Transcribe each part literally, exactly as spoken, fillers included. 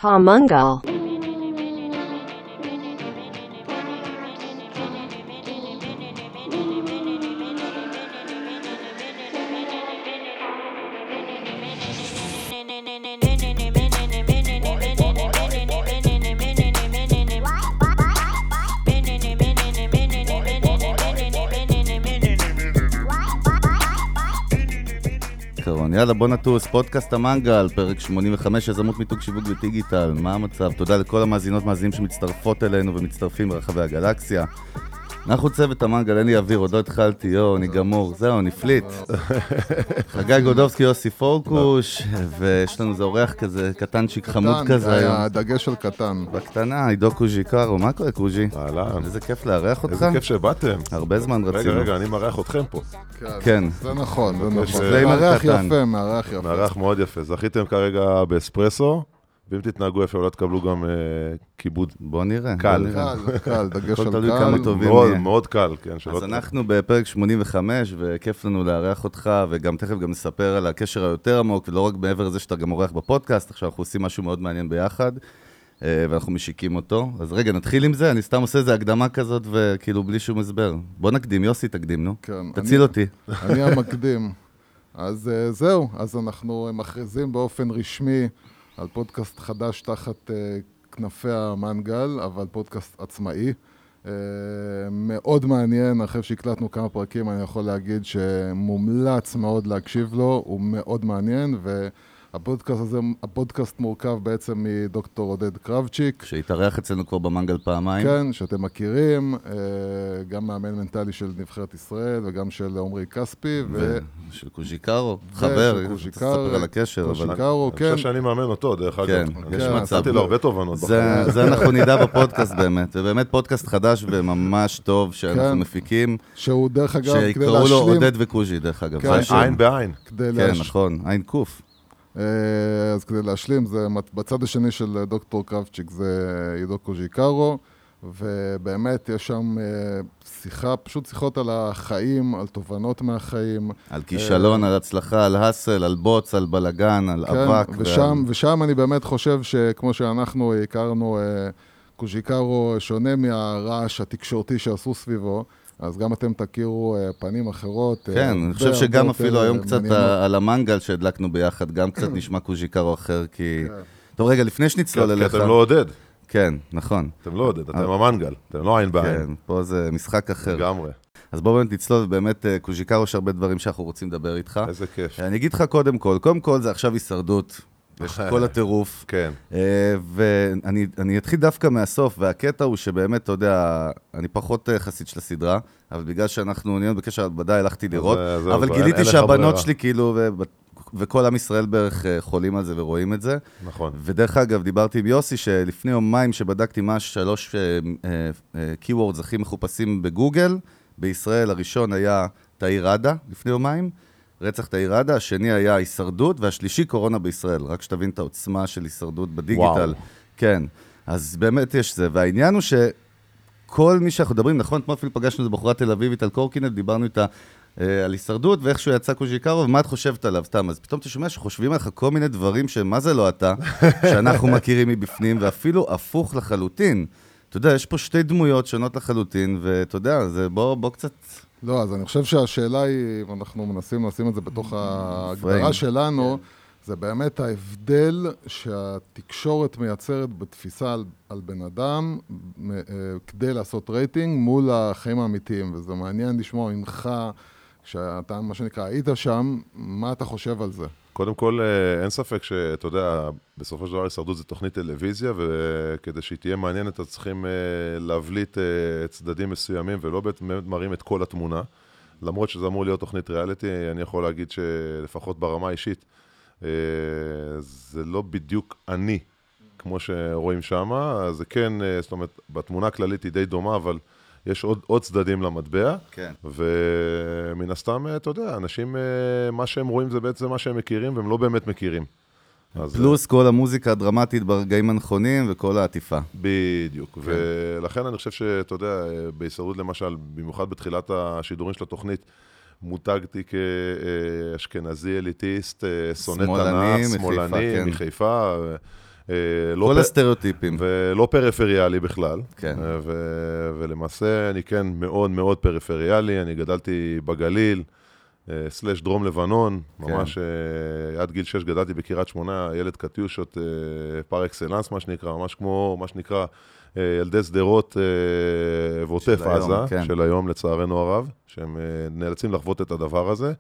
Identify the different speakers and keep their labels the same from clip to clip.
Speaker 1: Pamungal.
Speaker 2: יאללה, בוא נטוס, פודקאסט המנגל, פרק שמונים וחמש, יזמות מיתוג שיווק ודיגיטל. מה המצב? תודה לכל המאזינות מאזינים שמצטרפות אלינו ומצטרפים ברחבי הגלקסיה. אנחנו צוות המנגל, אין לי אוויר, עוד לא התחלתי, יו, אני גמור, זהו, נפליט. חגי גודובסקי, יוסי פורקוש, ויש לנו זה אורח כזה, קטנצ'יק חמוד כזה היום.
Speaker 3: הדגש של קטן.
Speaker 2: בקטנה, עידו קוז'י קארו, מה קורה קוז'י?
Speaker 4: אהלן.
Speaker 2: איזה כיף לארח אותך.
Speaker 4: איזה כיף שבאתם.
Speaker 2: הרבה זמן רצינו.
Speaker 4: רגע, רגע, אני מארח אתכם פה.
Speaker 2: כן.
Speaker 3: זה נכון, זה נכון.
Speaker 2: זה
Speaker 3: מארח יפה, מארח יפה.
Speaker 4: מארח מאוד יפה. זכיתם כרגע באספרסו, ואם תתנהגו יפה, אולי תקבלו גם כיבוד.
Speaker 2: בוא נראה.
Speaker 4: קל.
Speaker 3: קל, קל, דגש של
Speaker 2: תלוי
Speaker 3: קל.
Speaker 2: כמה טובים
Speaker 4: מאוד,
Speaker 2: נהיה.
Speaker 4: מאוד קל, כן.
Speaker 2: אז אנחנו בפרק שמונים וחמש, וכיף לנו לארח אותך, וגם תכף גם נספר על הקשר היותר עמוק, ולא רק מעבר לזה שאתה גם אורח בפודקאסט, עכשיו אנחנו עושים משהו מאוד מעניין ביחד, ואנחנו משיקים אותו. אז רגע, נתחיל עם זה, אני סתם עושה איזה הקדמה כזאת, וכאילו בלי שום הסבר. בוא נקדים, יוסי תקדים, נו.
Speaker 3: כן,
Speaker 2: תציל
Speaker 3: אני-
Speaker 2: אותי.
Speaker 3: אני המקדים. אז אה, זהו, אז אנחנו מכריזים באופן רשמי על פודקאסט חדש תחת אה, כנפי המנגל, אבל פודקאסט עצמאי. אה, מאוד מעניין, אחרי שהקלטנו כמה פרקים, אני יכול להגיד שמומלץ מאוד להקשיב לו, הוא מאוד מעניין, והפודקאסט הזה, הפודקאסט מורכב בעצם מדוקטור עודד קרבצ'יק,
Speaker 2: שהתארח אצלנו כבר במנגל פעמיים.
Speaker 3: כן, שאתם מכירים, אה, גם מאמן מנטלי של נבחרת ישראל וגם של עומרי כספי, ו...
Speaker 2: ושל קוז'י קארו, חבר,
Speaker 3: ושל קוז'י
Speaker 2: תספר
Speaker 3: קארו,
Speaker 2: על הקשר,
Speaker 3: קוז'י
Speaker 2: אבל
Speaker 3: קארו,
Speaker 4: אני
Speaker 3: כן.
Speaker 4: חושב שאני מאמן אותו, דרך אגב.
Speaker 2: כן,
Speaker 4: אני
Speaker 2: יש
Speaker 4: חושב
Speaker 2: מצב.
Speaker 4: שנתתי לו הרבה תובנות.
Speaker 2: זה, זה אנחנו נדע בפודקאסט באמת, ובאמת פודקאסט חדש וממש טוב שאנחנו
Speaker 3: כן.
Speaker 2: מפיקים,
Speaker 3: שהוא דרך אגב, כדי
Speaker 2: שיקראו לו
Speaker 3: להשלים,
Speaker 2: עודד וקוז'י דרך אגב.
Speaker 3: כן,
Speaker 2: זה השם.
Speaker 4: עין בעין.
Speaker 3: כדי
Speaker 2: כן,
Speaker 3: להש...
Speaker 2: נכון, עין קוף.
Speaker 3: אה, אז כדי להשלים, זה מת- בצד השני של דוקטור קרבצ'יק זה עידו קוז'י קארו, ובאמת יש שם אה, שיחה, פשוט שיחות על החיים, על תובנות מהחיים.
Speaker 2: על כישלון, על הצלחה, על הסל, על בוץ, על בלגן, על
Speaker 3: כן,
Speaker 2: אבק.
Speaker 3: ושם, ושם אני באמת חושב שכמו שאנחנו הכרנו, אה, קוז'י קארו שונה מהרעש התקשורתי שעשו סביבו, אז גם אתם תכירו אה, פנים אחרות. אה,
Speaker 2: כן,
Speaker 3: הרבה,
Speaker 2: אני חושב
Speaker 3: הרבה
Speaker 2: שגם
Speaker 3: יותר,
Speaker 2: אפילו היום
Speaker 3: אה,
Speaker 2: קצת
Speaker 3: מעניינות.
Speaker 2: על המנגל שהדלקנו ביחד, גם קצת נשמע קוז'י קארו אחר, כי... טוב, רגע, לפני שנצלול
Speaker 4: כי
Speaker 2: אליך...
Speaker 4: אתם לא עודד.
Speaker 2: כן, נכון.
Speaker 4: אתם לא עודד, אתם המנגל. אתם לא עין
Speaker 2: כן,
Speaker 4: בעין.
Speaker 2: פה זה משחק אחר.
Speaker 4: לגמרי.
Speaker 2: אז בואו באמת נצלול, ובאמת קוז'י קארו יש הרבה דברים שאנחנו רוצים לדבר איתך.
Speaker 4: איזה כיף.
Speaker 2: אני אגיד לך קודם כל, קודם כל זה עכשיו הישרדות, יש את כל הטירוף,
Speaker 4: כן.
Speaker 2: אה, ואני אני אתחיל דווקא מהסוף, והקטע הוא שבאמת, אתה יודע, אני פחות אה, חסיד של הסדרה, אבל בגלל שאנחנו נהיים בקשר, ודאי הלכתי לראות,
Speaker 4: זה- זה
Speaker 2: אבל
Speaker 4: אותו,
Speaker 2: גיליתי
Speaker 4: אין לך
Speaker 2: שהבנות
Speaker 4: ברירה.
Speaker 2: שלי כאילו, ו- וכל עם ישראל בערך אה, חולים על זה ורואים את זה.
Speaker 4: נכון.
Speaker 2: ודרך אגב, דיברתי עם יוסי שלפני יומיים שבדקתי מה שלוש קיוורדס הכי מחופשים בגוגל, בישראל הראשון היה תאיר עדה לפני יומיים, רצח תאיר עדה, השני היה הישרדות, והשלישי קורונה בישראל, רק שתבין את העוצמה של הישרדות בדיגיטל.
Speaker 4: וואו.
Speaker 2: כן, אז באמת יש זה, והעניין הוא שכל מי שאנחנו מדברים, נכון, כמו אפילו פגשנו את בחורה תל אביבית על קורקינט, דיברנו איתה אה, על הישרדות, ואיכשהו יצא קוז'י קארו, ומה את חושבת עליו, סתם, אז פתאום אתה שומע שחושבים עליך כל מיני דברים שמה זה לא אתה, שאנחנו מכירים מבפנים, ואפילו הפוך לחלוטין. אתה יודע, יש פה שתי דמויות שונות לחלוטין, ואתה יודע, זה בוא, בוא קצת...
Speaker 3: לא, אז אני חושב שהשאלה היא, ואנחנו מנסים לשים את זה בתוך ההגדרה שלנו, זה באמת ההבדל שהתקשורת מייצרת בתפיסה על, על בן אדם מ- אה, כדי לעשות רייטינג מול החיים האמיתיים, וזה מעניין לשמוע ממך, כשאתה, מה שנקרא, היית שם, מה אתה חושב על זה?
Speaker 4: קודם כל, אין ספק שאתה יודע, בסופו של דבר הישרדות זה תוכנית טלוויזיה, וכדי שהיא תהיה מעניינת, אז צריכים להבליט צדדים מסוימים, ולא באמת מראים את כל התמונה. למרות שזה אמור להיות תוכנית ריאליטי, אני יכול להגיד שלפחות ברמה האישית, זה לא בדיוק אני, כמו שרואים שם. זה כן, זאת אומרת, בתמונה הכללית היא די דומה, אבל יש עוד, עוד צדדים למטבע,
Speaker 2: כן.
Speaker 4: ומן הסתם, אתה יודע, אנשים, מה שהם רואים זה בעצם מה שהם מכירים, והם לא באמת מכירים. אז
Speaker 2: פלוס כל המוזיקה הדרמטית ברגעים הנכונים וכל העטיפה.
Speaker 4: בדיוק, ולכן אני חושב שאתה יודע, בהישרדות למשל, במיוחד בתחילת השידורים של התוכנית, מותגתי כאשכנזי אליטיסט, שונא תנ"ך, שמאלני, מחיפה, לא
Speaker 2: כל
Speaker 4: פ...
Speaker 2: הסטריאוטיפים.
Speaker 4: ולא פריפריאלי בכלל.
Speaker 2: כן.
Speaker 4: ו... ולמעשה אני כן מאוד מאוד פריפריאלי, אני גדלתי בגליל, סלש דרום לבנון, ממש עד גיל שש גדלתי בקירת שמונה, ילד קטיושות פר אקסלנס, מה שנקרא, ממש כמו, מה שנקרא, ילדי סדרות ועוטף עזה, כן. של היום לצערנו הרב, שהם נאלצים לחוות את הדבר הזה,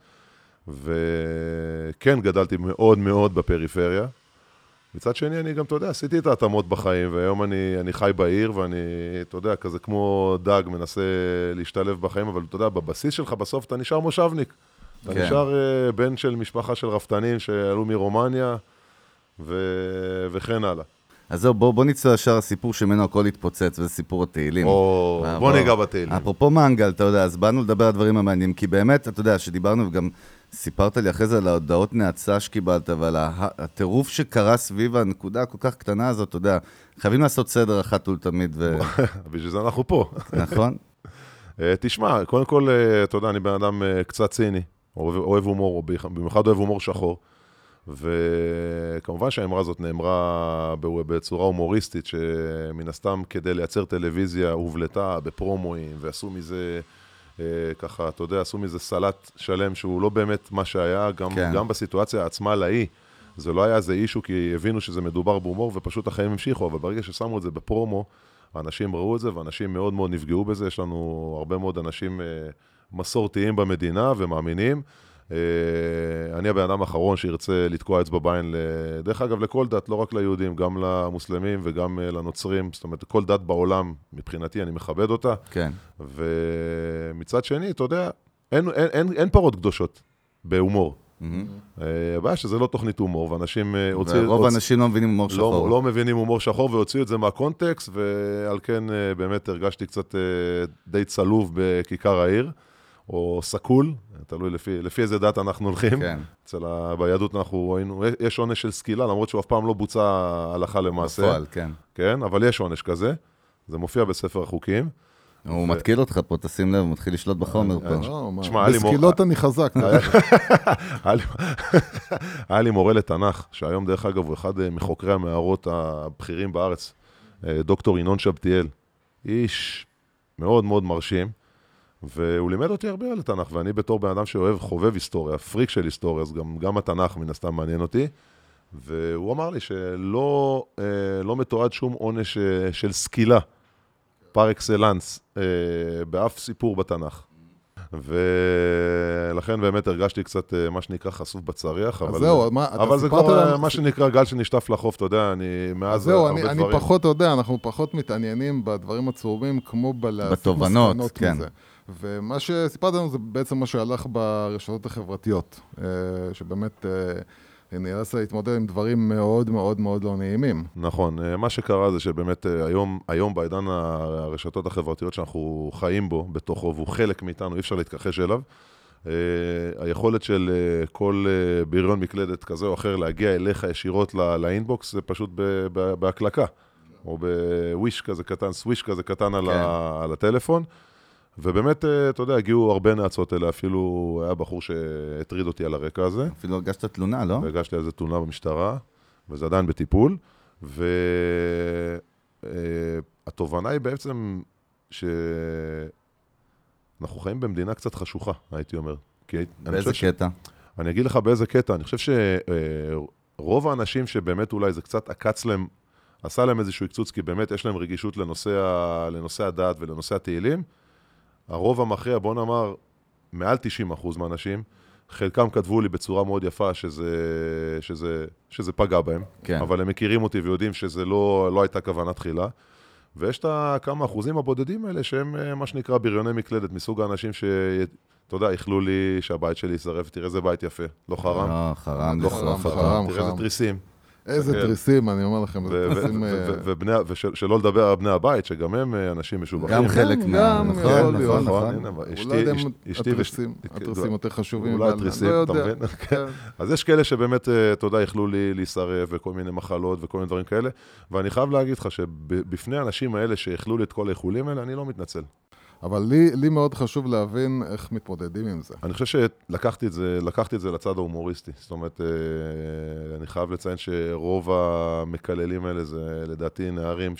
Speaker 4: וכן גדלתי מאוד מאוד בפריפריה. מצד שני, אני גם, אתה יודע, עשיתי את ההתאמות בחיים, והיום אני, אני חי בעיר, ואני, אתה יודע, כזה כמו דג, מנסה להשתלב בחיים, אבל אתה יודע, בבסיס שלך בסוף אתה נשאר מושבניק. אתה כן. נשאר uh, בן של משפחה של רפתנים שעלו מרומניה, ו... וכן הלאה.
Speaker 2: אז זהו, בוא, בוא נצא לשאר הסיפור שמנו הכל התפוצץ, וזה סיפור התהילים.
Speaker 4: או, בוא, בוא ניגע בתהילים.
Speaker 2: אפרופו מנגל, אתה יודע, אז באנו לדבר על דברים המעניינים, כי באמת, אתה יודע, שדיברנו וגם סיפרת לי אחרי זה על ההודעות נאצה שקיבלת, ועל הטירוף שקרה סביב הנקודה הכל כך קטנה הזאת, אתה יודע, חייבים לעשות סדר אחת ולתמיד. ו...
Speaker 4: בשביל זה אנחנו פה.
Speaker 2: נכון.
Speaker 4: תשמע, קודם כל, אתה יודע, אני בן אדם קצת ציני, אוהב, אוהב הומור, במיוחד אוהב הומור שחור. וכמובן שהאמרה הזאת נאמרה בצורה הומוריסטית, שמן הסתם כדי לייצר טלוויזיה הובלטה בפרומואים, ועשו מזה, ככה, אתה יודע, עשו מזה סלט שלם שהוא לא באמת מה שהיה, גם, כן. גם בסיטואציה עצמה לאי, זה לא היה איזה אישו, כי הבינו שזה מדובר בהומור, ופשוט החיים המשיכו, אבל ברגע ששמו את זה בפרומו, האנשים ראו את זה, ואנשים מאוד מאוד נפגעו בזה, יש לנו הרבה מאוד אנשים מסורתיים במדינה ומאמינים, אני הבן אדם האחרון שירצה לתקוע אצבע בעין, דרך אגב, לכל דת, לא רק ליהודים, גם למוסלמים וגם לנוצרים, זאת אומרת, כל דת בעולם, מבחינתי, אני מכבד אותה.
Speaker 2: כן.
Speaker 4: ומצד שני, אתה יודע, אין, אין, אין, אין פרות קדושות בהומור. הבעיה שזה לא תוכנית הומור, ואנשים הוציאו...
Speaker 2: ורוב האנשים לא מבינים הומור שחור.
Speaker 4: לא, לא מבינים הומור שחור, והוציאו את זה מהקונטקסט, ועל כן באמת הרגשתי קצת די צלוב בכיכר העיר. או סקול, תלוי לפי, לפי איזה דת אנחנו הולכים.
Speaker 2: כן.
Speaker 4: אצל ביהדות אנחנו ראינו, יש עונש של סקילה, למרות שהוא אף פעם לא בוצע הלכה למעשה.
Speaker 2: בפועל, כן.
Speaker 4: כן, אבל יש עונש כזה. זה מופיע בספר החוקים.
Speaker 2: הוא מתקיל אותך פה, תשים לב, הוא מתחיל לשלוט בחומר פה.
Speaker 3: בסקילות אני חזק.
Speaker 4: היה לי מורה לתנ"ך, שהיום דרך אגב הוא אחד מחוקרי המערות הבכירים בארץ, דוקטור ינון שבתיאל. איש מאוד מאוד מרשים. והוא לימד אותי הרבה על התנ"ך, ואני בתור בן אדם שאוהב חובב היסטוריה, פריק של היסטוריה, אז גם, גם התנ"ך מן הסתם מעניין אותי, והוא אמר לי שלא לא מתועד שום עונש של סקילה, פר אקסלנס, באף סיפור בתנ"ך. ולכן באמת הרגשתי קצת מה שנקרא חשוף בצריח, אבל,
Speaker 3: זהו, מה,
Speaker 4: אבל זה כבר להם... מה שנקרא גל שנשטף לחוף, אתה יודע, אני מאז
Speaker 3: זהו,
Speaker 4: הרבה
Speaker 3: אני,
Speaker 4: דברים.
Speaker 3: אני פחות, אתה יודע, אנחנו פחות מתעניינים בדברים הצהובים, כמו
Speaker 2: בתובנות, כן.
Speaker 3: מזה. ומה שסיפרת לנו זה בעצם מה שהלך ברשתות החברתיות, שבאמת נאלץ להתמודד עם דברים מאוד מאוד מאוד לא נעימים.
Speaker 4: נכון, מה שקרה זה שבאמת היום, היום בעידן הרשתות החברתיות שאנחנו חיים בו, בתוכו, והוא חלק מאיתנו, אי אפשר להתכחש אליו, היכולת של כל בריון מקלדת כזה או אחר להגיע אליך ישירות לאינבוקס, זה פשוט בהקלקה, או בוויש כזה קטן, סוויש כזה קטן על, ה, על הטלפון, ובאמת, אתה יודע, הגיעו הרבה נאצות אלה, אפילו היה בחור שהטריד אותי על הרקע הזה.
Speaker 2: אפילו הגשת תלונה, לא?
Speaker 4: והגשתי על זה תלונה במשטרה, וזה עדיין בטיפול, והתובנה היא בעצם שאנחנו חיים במדינה קצת חשוכה, הייתי אומר.
Speaker 2: באיזה קטע?
Speaker 4: אני אגיד לך באיזה קטע, אני חושב שרוב האנשים שבאמת אולי זה קצת עקץ להם, עשה להם איזשהו הקצוץ, כי באמת יש להם רגישות לנושא, לנושא הדת ולנושא התהילים, הרוב המכריע, בוא נאמר, מעל תשעים אחוז מהאנשים, חלקם כתבו לי בצורה מאוד יפה שזה, שזה, שזה פגע בהם,
Speaker 2: כן.
Speaker 4: אבל הם מכירים אותי ויודעים שזה לא, לא הייתה כוונה תחילה, ויש את כמה אחוזים הבודדים האלה שהם מה שנקרא בריוני מקלדת, מסוג האנשים ש... אתה יודע, יכלו לי שהבית שלי ישרף, תראה איזה בית יפה, לא חרם.
Speaker 2: לא, חרם,
Speaker 3: לא חרם, חרם.
Speaker 4: תראה איזה תריסים.
Speaker 3: איזה תריסים, אני אומר לכם.
Speaker 4: ושלא לדבר על בני הבית, שגם הם אנשים משובחים.
Speaker 2: גם חלק מה...
Speaker 3: נכון,
Speaker 2: נכון,
Speaker 3: נכון. אולי יודע אם התריסים יותר חשובים.
Speaker 4: אולי התריסים, אתה מבין? אז יש כאלה שבאמת, אתה יודע, יכלו לי להישרף וכל מיני מחלות וכל מיני דברים כאלה, ואני חייב להגיד לך שבפני האנשים האלה שיכלו לי את כל האיחולים האלה, אני לא מתנצל.
Speaker 3: אבל לי, לי מאוד חשוב להבין איך מתמודדים עם זה.
Speaker 4: אני חושב שלקחתי את זה, לקחתי את זה לצד ההומוריסטי. זאת אומרת, אני חייב לציין שרוב המקללים האלה זה לדעתי נערים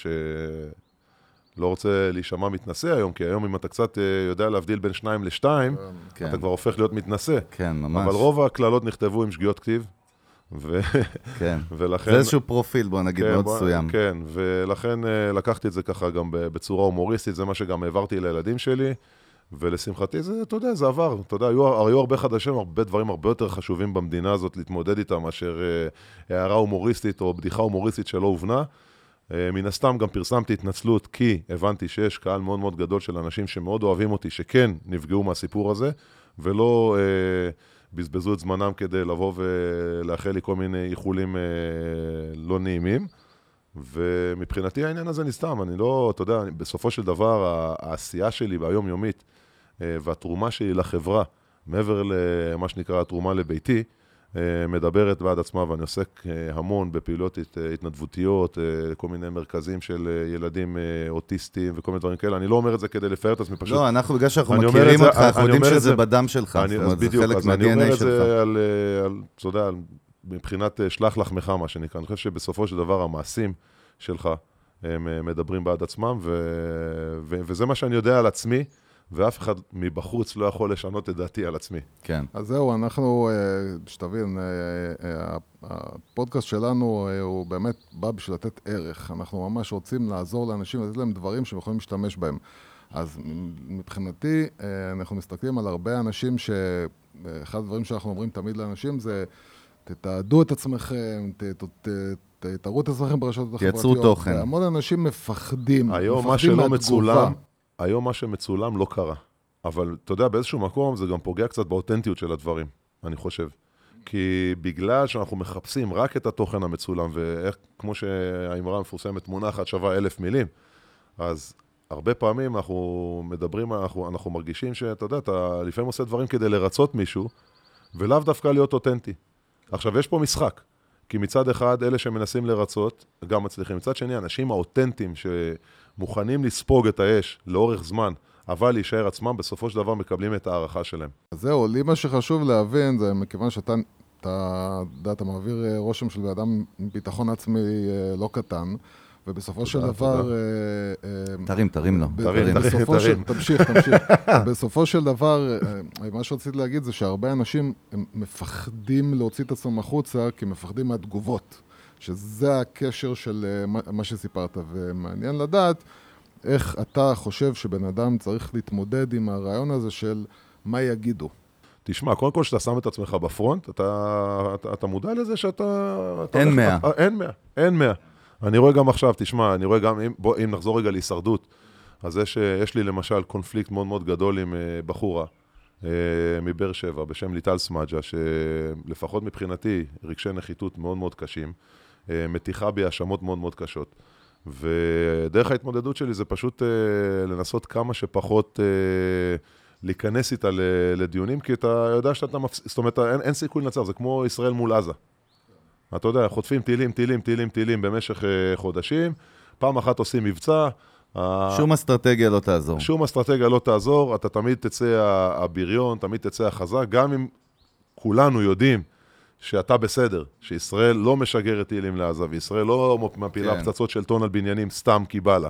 Speaker 4: שלא רוצה להישמע מתנשא היום, כי היום אם אתה קצת יודע להבדיל בין שניים לשתיים,
Speaker 2: כן.
Speaker 4: אתה כבר הופך להיות מתנשא.
Speaker 2: כן, ממש.
Speaker 4: אבל רוב הכללות נכתבו עם שגיאות כתיב. ו...
Speaker 2: כן,
Speaker 4: ולכן...
Speaker 2: זה איזשהו פרופיל, בוא נגיד,
Speaker 4: כן,
Speaker 2: מאוד
Speaker 4: בוא...
Speaker 2: מסוים.
Speaker 4: כן, ולכן לקחתי את זה ככה גם בצורה הומוריסטית, זה מה שגם העברתי לילדים שלי, ולשמחתי זה, אתה יודע, זה עבר. אתה יודע, היו, היו הרבה חדשים, הרבה דברים הרבה יותר חשובים במדינה הזאת להתמודד איתם, מאשר אה, הערה הומוריסטית או בדיחה הומוריסטית שלא הובנה. אה, מן הסתם גם פרסמתי התנצלות, כי הבנתי שיש קהל מאוד מאוד גדול של אנשים שמאוד אוהבים אותי, שכן נפגעו מהסיפור הזה, ולא... אה, בזבזו את זמנם כדי לבוא ולאחל לי כל מיני איחולים אה, לא נעימים. ומבחינתי העניין הזה נסתם, אני לא, אתה יודע, בסופו של דבר, העשייה שלי ביום-יומית אה, והתרומה שלי לחברה, מעבר למה שנקרא התרומה לביתי, אה, מדברת בעד עצמה, ואני עוסק אה, המון בפעילות הת, התנדבותיות, אה, כל מיני מרכזים של אה, ילדים אה, אוטיסטים וכל מיני דברים כאלה. אני לא אומר את זה כדי לפאר את עצמי, פשוט...
Speaker 2: לא, אנחנו בגלל שאנחנו מכירים אותך, אנחנו יודעים שזה
Speaker 4: זה,
Speaker 2: בדם שלך,
Speaker 4: אני,
Speaker 2: זאת אומרת, זה
Speaker 4: בדיוק,
Speaker 2: חלק מה-די אן איי שלך.
Speaker 4: אני אומר את זה על, על, אתה יודע, על, מבחינת שלח לחמך, מה שנקרא. אני חושב שבסופו של דבר המעשים שלך הם מדברים בעד עצמם, ו, ו, וזה מה שאני יודע על עצמי, ואף אחד מבחוץ לא יכול לשנות את דעתי על עצמי.
Speaker 2: כן.
Speaker 3: אז זהו, אנחנו, שתבין, הפודקאסט שלנו הוא באמת בא בשביל לתת ערך. אנחנו ממש רוצים לעזור לאנשים, לתת להם דברים שהם יכולים להשתמש בהם. אז מבחינתי, אנחנו מסתכלים על הרבה אנשים שאחד הדברים שאנחנו אומרים תמיד לאנשים זה, תתעדו את עצמכם, תראו את עצמכם ברשתות החברתיות.
Speaker 2: תייצרו תוכן.
Speaker 3: והמון אנשים מפחדים,
Speaker 4: היום מה שלא מצולם, היום מה שמצולם לא קרה. אבל אתה יודע, באיזשהו מקום זה גם פוגע קצת באותנטיות של הדברים, אני חושב. כי בגלל שאנחנו מחפשים רק את התוכן המצולם, ואיך, כמו שהאמרה המפורסמת, תמונה אחת שווה אלף מילים, אז הרבה פעמים אנחנו מדברים, אנחנו, אנחנו מרגישים שאתה יודע, אתה לפעמים עושה דברים כדי לרצות מישהו, ולאו דווקא להיות אותנטי. עכשיו, יש פה משחק. כי מצד אחד, אלה שמנסים לרצות, גם מצליחים. מצד שני, אנשים האותנטיים שמוכנים לספוג את האש לאורך זמן, אבל להישאר עצמם, בסופו של דבר מקבלים את הערכה שלהם.
Speaker 3: אז זהו, לי מה שחשוב להבין, זה מכיוון שאתה, אתה, אתה מעביר רושם של אדם עם ביטחון עצמי לא קטן, ובסופו של דבר...
Speaker 2: תרים, תרים לו.
Speaker 4: תרים, תרים, תרים.
Speaker 3: תמשיך, תמשיך. בסופו של דבר, מה שרציתי להגיד זה שהרבה אנשים מפחדים להוציא את עצמם החוצה, כי מפחדים מהתגובות, שזה הקשר של מה שסיפרת, ומעניין לדעת איך אתה חושב שבן אדם צריך להתמודד עם הרעיון הזה של מה יגידו.
Speaker 4: תשמע, קודם כל שאתה שם את עצמך בפרונט, אתה, אתה, אתה מודע לזה שאתה...
Speaker 2: אין מאה.
Speaker 4: אין מאה, אין מאה. אני רואה גם עכשיו, תשמע, אני רואה גם, אם, בוא, אם נחזור רגע להישרדות, אז יש, יש לי למשל קונפליקט מאוד מאוד גדול עם uh, בחורה uh, מבאר שבע, בשם ליטל סמאג'ה, שלפחות מבחינתי רגשי נחיתות מאוד מאוד קשים, uh, מתיחה בי האשמות מאוד מאוד קשות. ודרך ההתמודדות שלי זה פשוט uh, לנסות כמה שפחות uh, להיכנס איתה לדיונים, כי אתה יודע שאתה מפסיד, זאת אומרת, אין, אין סיכוי לנצח, זה כמו ישראל מול עזה. אתה יודע, חוטפים טילים, טילים, טילים, טילים במשך חודשים, פעם אחת עושים מבצע.
Speaker 2: שום אסטרטגיה לא תעזור.
Speaker 4: שום אסטרטגיה לא תעזור, אתה תמיד תצא הבריון, תמיד תצא החזק, גם אם כולנו יודעים שאתה בסדר, שישראל לא משגרת טילים לעזה, וישראל לא מפילה
Speaker 2: כן.
Speaker 4: פצצות של טון על בניינים סתם כי בא לה.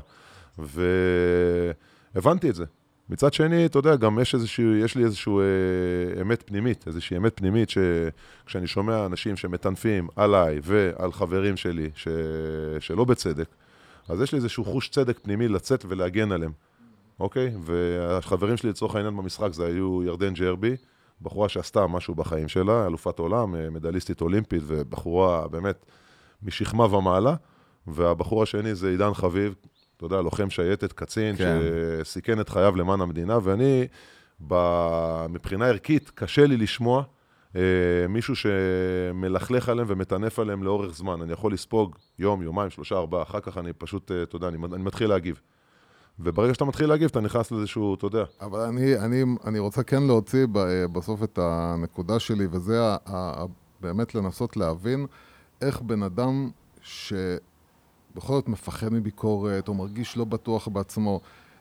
Speaker 4: והבנתי את זה. מצד שני, אתה יודע, גם יש איזשהו, יש לי איזשהו אה, אמת פנימית, איזושהי אמת פנימית שכשאני שומע אנשים שמטנפים עליי ועל חברים שלי ש... שלא בצדק, אז יש לי איזשהו חוש צדק פנימי לצאת ולהגן עליהם, אוקיי? והחברים שלי לצורך העניין במשחק זה היו ירדן ג'רבי, בחורה שעשתה משהו בחיים שלה, אלופת עולם, מדליסטית אולימפית, ובחורה באמת משכמה ומעלה, והבחור השני זה עידן חביב, אתה יודע, לוחם שייטת, קצין, כן. שסיכן את חייו למען המדינה, ואני, מבחינה ערכית, קשה לי לשמוע אה, מישהו שמלכלך עליהם ומטנף עליהם לאורך זמן. אני יכול לספוג יום, יומיים, שלושה, ארבעה, אחר כך אני פשוט, אתה יודע, אני, אני מתחיל להגיב. וברגע שאתה מתחיל להגיב, אתה נכנס לאיזשהו, אתה יודע.
Speaker 3: אבל אני, אני, אני רוצה כן להוציא בסוף את הנקודה שלי, וזה ה, ה, באמת לנסות להבין איך בן אדם ש... בכל זאת מפחד מביקורת, או מרגיש לא בטוח בעצמו,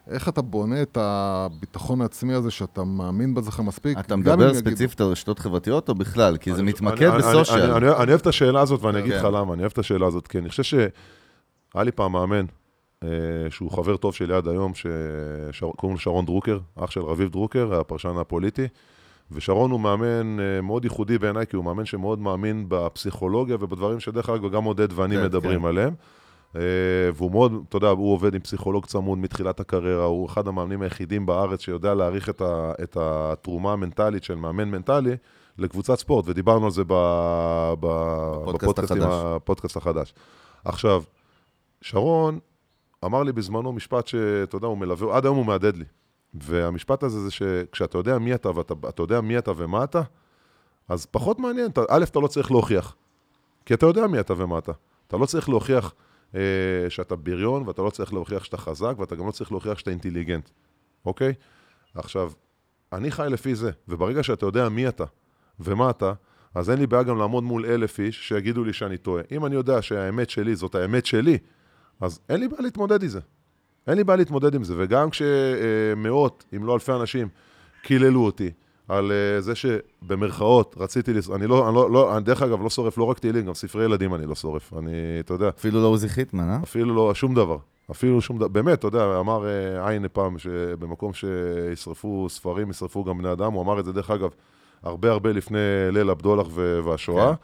Speaker 3: איך אתה בונה את הביטחון העצמי הזה שאתה מאמין בזה מספיק?
Speaker 2: אתה מדבר ספציפית על רשתות חברתיות או בכלל? כי זה מתמקד בסושיאל.
Speaker 4: אני אוהב את השאלה הזאת ואני אגיד לך למה, אני אוהב את השאלה הזאת, כי אני חושב שהיה לי פעם מאמן, שהוא חבר טוב שלי עד היום, שקוראים לו שרון דרוקר, אח של רביב דרוקר, הפרשן הפוליטי, ושרון הוא מאמן מאוד ייחודי בעיניי, כי הוא מאמן שמאוד מאמין בפסיכולוגיה ובדברים שדרך אגב גם עודד ואני מדברים עליהם. והוא מאוד, אתה יודע, הוא עובד עם פסיכולוג צמוד מתחילת הקריירה, הוא אחד המאמנים היחידים בארץ שיודע להעריך את, ה, את התרומה המנטלית של מאמן מנטלי לקבוצת ספורט, ודיברנו על זה ב, ב, בפודקאסט הפודקאסט החדש. עכשיו, שרון אמר לי בזמנו משפט שאתה יודע, הוא מלווה, עד היום הוא מעדד לי. והמשפט הזה זה שכשאתה יודע מי אתה ואתה אתה יודע מי אתה ומה אתה, אז פחות מעניין, אתה, א', אתה לא צריך להוכיח, כי אתה יודע מי אתה ומה אתה. אתה לא צריך להוכיח אה, שאתה בריון, ואתה לא צריך להוכיח שאתה חזק, ואתה גם לא צריך להוכיח שאתה אינטליגנט, אוקיי? עכשיו, אני חי לפי זה, וברגע שאתה יודע מי אתה ומה אתה, אז אין לי בעיה גם לעמוד מול אלף איש שיגידו לי שאני טועה. אם אני יודע שהאמת שלי זאת האמת שלי, אז אין לי בעיה להתמודד עם זה. אין לי בעיה להתמודד עם זה, וגם כשמאות, אם לא אלפי אנשים, קיללו אותי על זה שבמרכאות רציתי, אני לא, אני לא, לא, אני דרך אגב לא שורף, לא רק תהילים, גם ספרי ילדים אני לא שורף, אני, אתה יודע.
Speaker 2: אפילו לא עוזי חיטמן, אה?
Speaker 4: אפילו לא, שום דבר. אפילו שום דבר. באמת, אתה יודע, אמר עין פעם, שבמקום שישרפו ספרים, ישרפו גם בני אדם, הוא אמר את זה דרך אגב, הרבה הרבה לפני ליל הבדולח והשואה,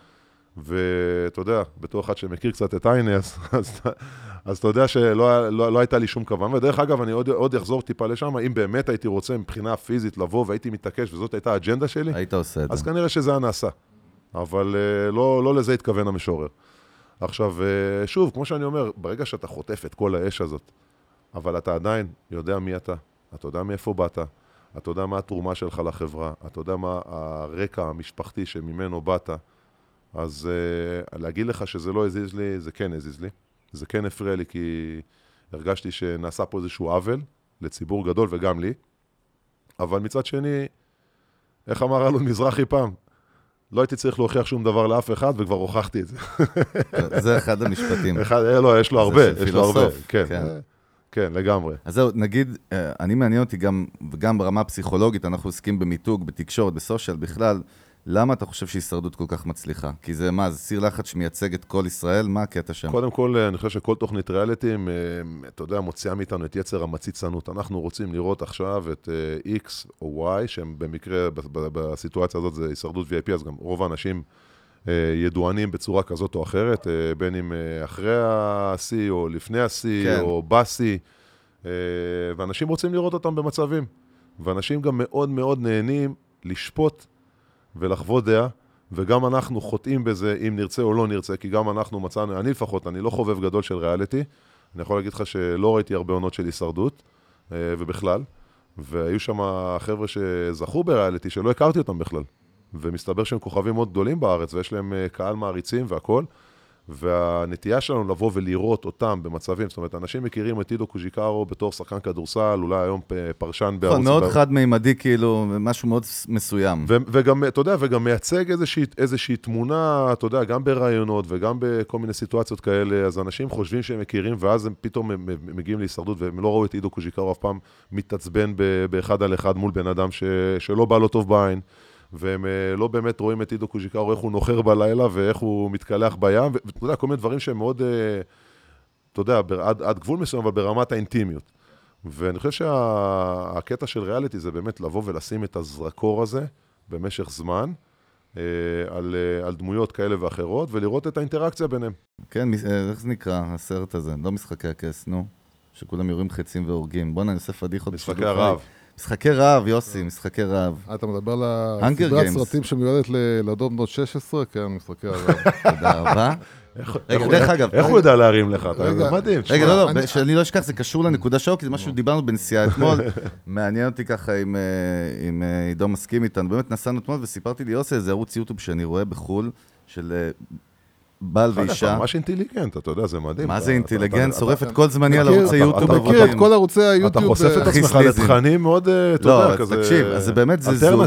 Speaker 4: ואתה יודע, בתור אחד שמכיר קצת את עיני, אז, אז, אז אתה יודע שלא לא, לא הייתה לי שום כוונה, ודרך אגב, אני עוד, עוד יחזור טיפה לשם, אם באמת הייתי רוצה מבחינה פיזית לבוא והייתי מתעקש, וזאת הייתה האג'נדה שלי,
Speaker 2: היית עושה את זה.
Speaker 4: אז כנראה שזה הנעשה, אבל לא, לא לזה התכוון המשורר. עכשיו, שוב, כמו שאני אומר, ברגע שאתה חוטף את כל האש הזאת, אבל אתה עדיין יודע מי אתה, אתה יודע מאיפה באת, אתה יודע מה התרומה שלך לחברה, אתה יודע מה הרקע המשפחתי שממנו באת, אז uh, להגיד לך שזה לא הזיז לי, זה כן הזיז לי. זה כן הפריע לי, כי הרגשתי שנעשה פה איזשהו עוול לציבור גדול וגם לי. אבל מצד שני, איך אמר אלון מזרחי פעם? לא הייתי צריך להוכיח שום דבר לאף אחד, וכבר הוכחתי את זה.
Speaker 2: זה אחד המשפטים.
Speaker 4: אחד, לא, יש לו הרבה, יש לו הרבה. כן,
Speaker 2: כן.
Speaker 4: כן, לגמרי.
Speaker 2: אז זהו, נגיד, אני מעניין אותי גם, וגם ברמה הפסיכולוגית, אנחנו עוסקים במיתוג, בתקשורת, בסושיאל בכלל, למה אתה חושב שהישרדות כל כך מצליחה? כי זה מה, זה סיר לחץ שמייצג את כל ישראל? מה הקטע שם?
Speaker 4: קודם כל, אני חושב שכל תוכנית ריאליטי, אתה יודע, מוציאה מאיתנו את יצר המציצנות. אנחנו רוצים לראות עכשיו את X או Y, שהם במקרה, בסיטואציה הזאת זה הישרדות וי איי פי, אז גם רוב האנשים ידוענים בצורה כזאת או אחרת, בין אם אחרי ה-C או לפני ה-C כן. או ב-C, ואנשים רוצים לראות אותם במצבים. ואנשים גם מאוד מאוד נהנים לשפוט ולחוות דעה, וגם אנחנו חוטאים בזה אם נרצה או לא נרצה, כי גם אנחנו מצאנו, אני לפחות, אני לא חובב גדול של ריאליטי, אני יכול להגיד לך שלא ראיתי הרבה עונות של הישרדות, ובכלל, והיו שם חבר'ה שזכו בריאליטי, שלא הכרתי אותם בכלל, ומסתבר שהם כוכבים מאוד גדולים בארץ, ויש להם קהל מעריצים והכל, והנטייה שלנו לבוא ולראות אותם במצבים, זאת אומרת, אנשים מכירים את עידו קוז'יקרו בתור שחקן כדורסל, אולי היום פרשן בערוץ...
Speaker 2: מאוד חד-מימדי, כאילו, משהו מאוד מסוים.
Speaker 4: וגם, אתה יודע, וגם מייצג איזושהי, איזושהי תמונה, אתה יודע, גם ברעיונות וגם בכל מיני סיטואציות כאלה, אז אנשים חושבים שהם מכירים, ואז הם פתאום מגיעים להישרדות, והם לא ראו את עידו קוז'יקרו אף פעם מתעצבן באחד על אחד מול בן אדם ש, שלא בא לו טוב בעין. והם לא באמת רואים את עידו קוז'יקרו, איך הוא נוחר בלילה, ואיך הוא מתקלח בים, ואתה יודע, כל מיני דברים שהם מאוד, אתה יודע, עד, עד גבול מסוים, אבל ברמת האינטימיות. ואני חושב שהקטע של ריאליטי זה באמת לבוא ולשים את הזרקור הזה, במשך זמן, על, על דמויות כאלה ואחרות, ולראות את האינטראקציה ביניהם.
Speaker 2: כן, איך זה נקרא, הסרט הזה? לא משחקי הכס, נו. שכולם יורים חצים והורגים. בוא נעשה פדיחות.
Speaker 4: משחקי הרעב.
Speaker 2: משחקי רעב, יוסי, משחקי רעב.
Speaker 3: אתה מדבר על סדרת סרטים שמיועדת לילדות בנות שש עשרה? כן, משחקי הרעב.
Speaker 2: תודה רבה.
Speaker 4: רגע, דרך אגב. איך הוא יודע להרים לך? זה מדהים.
Speaker 2: רגע, לא, לא, שאני לא אשכח, זה קשור לנקודה שואו, כי זה משהו שדיברנו בנסיעה אתמול. מעניין אותי ככה אם עידו מסכים איתנו. באמת נסענו אתמול וסיפרתי לי, יוסי, זה ערוץ יוטיוב שאני רואה בחול, של... בעל ואישה.
Speaker 4: ממש אינטליגנט, אתה יודע, זה מדהים.
Speaker 2: מה זה אינטליגנט? שורף את כל זמני על ערוצי יוטיוב.
Speaker 3: אתה מכיר את כל ערוצי היוטיוב.
Speaker 4: אתה חושף את עצמך לתכנים מאוד, אתה יודע, כזה...
Speaker 2: תקשיב, אז זה באמת...
Speaker 4: אלטרנטיב.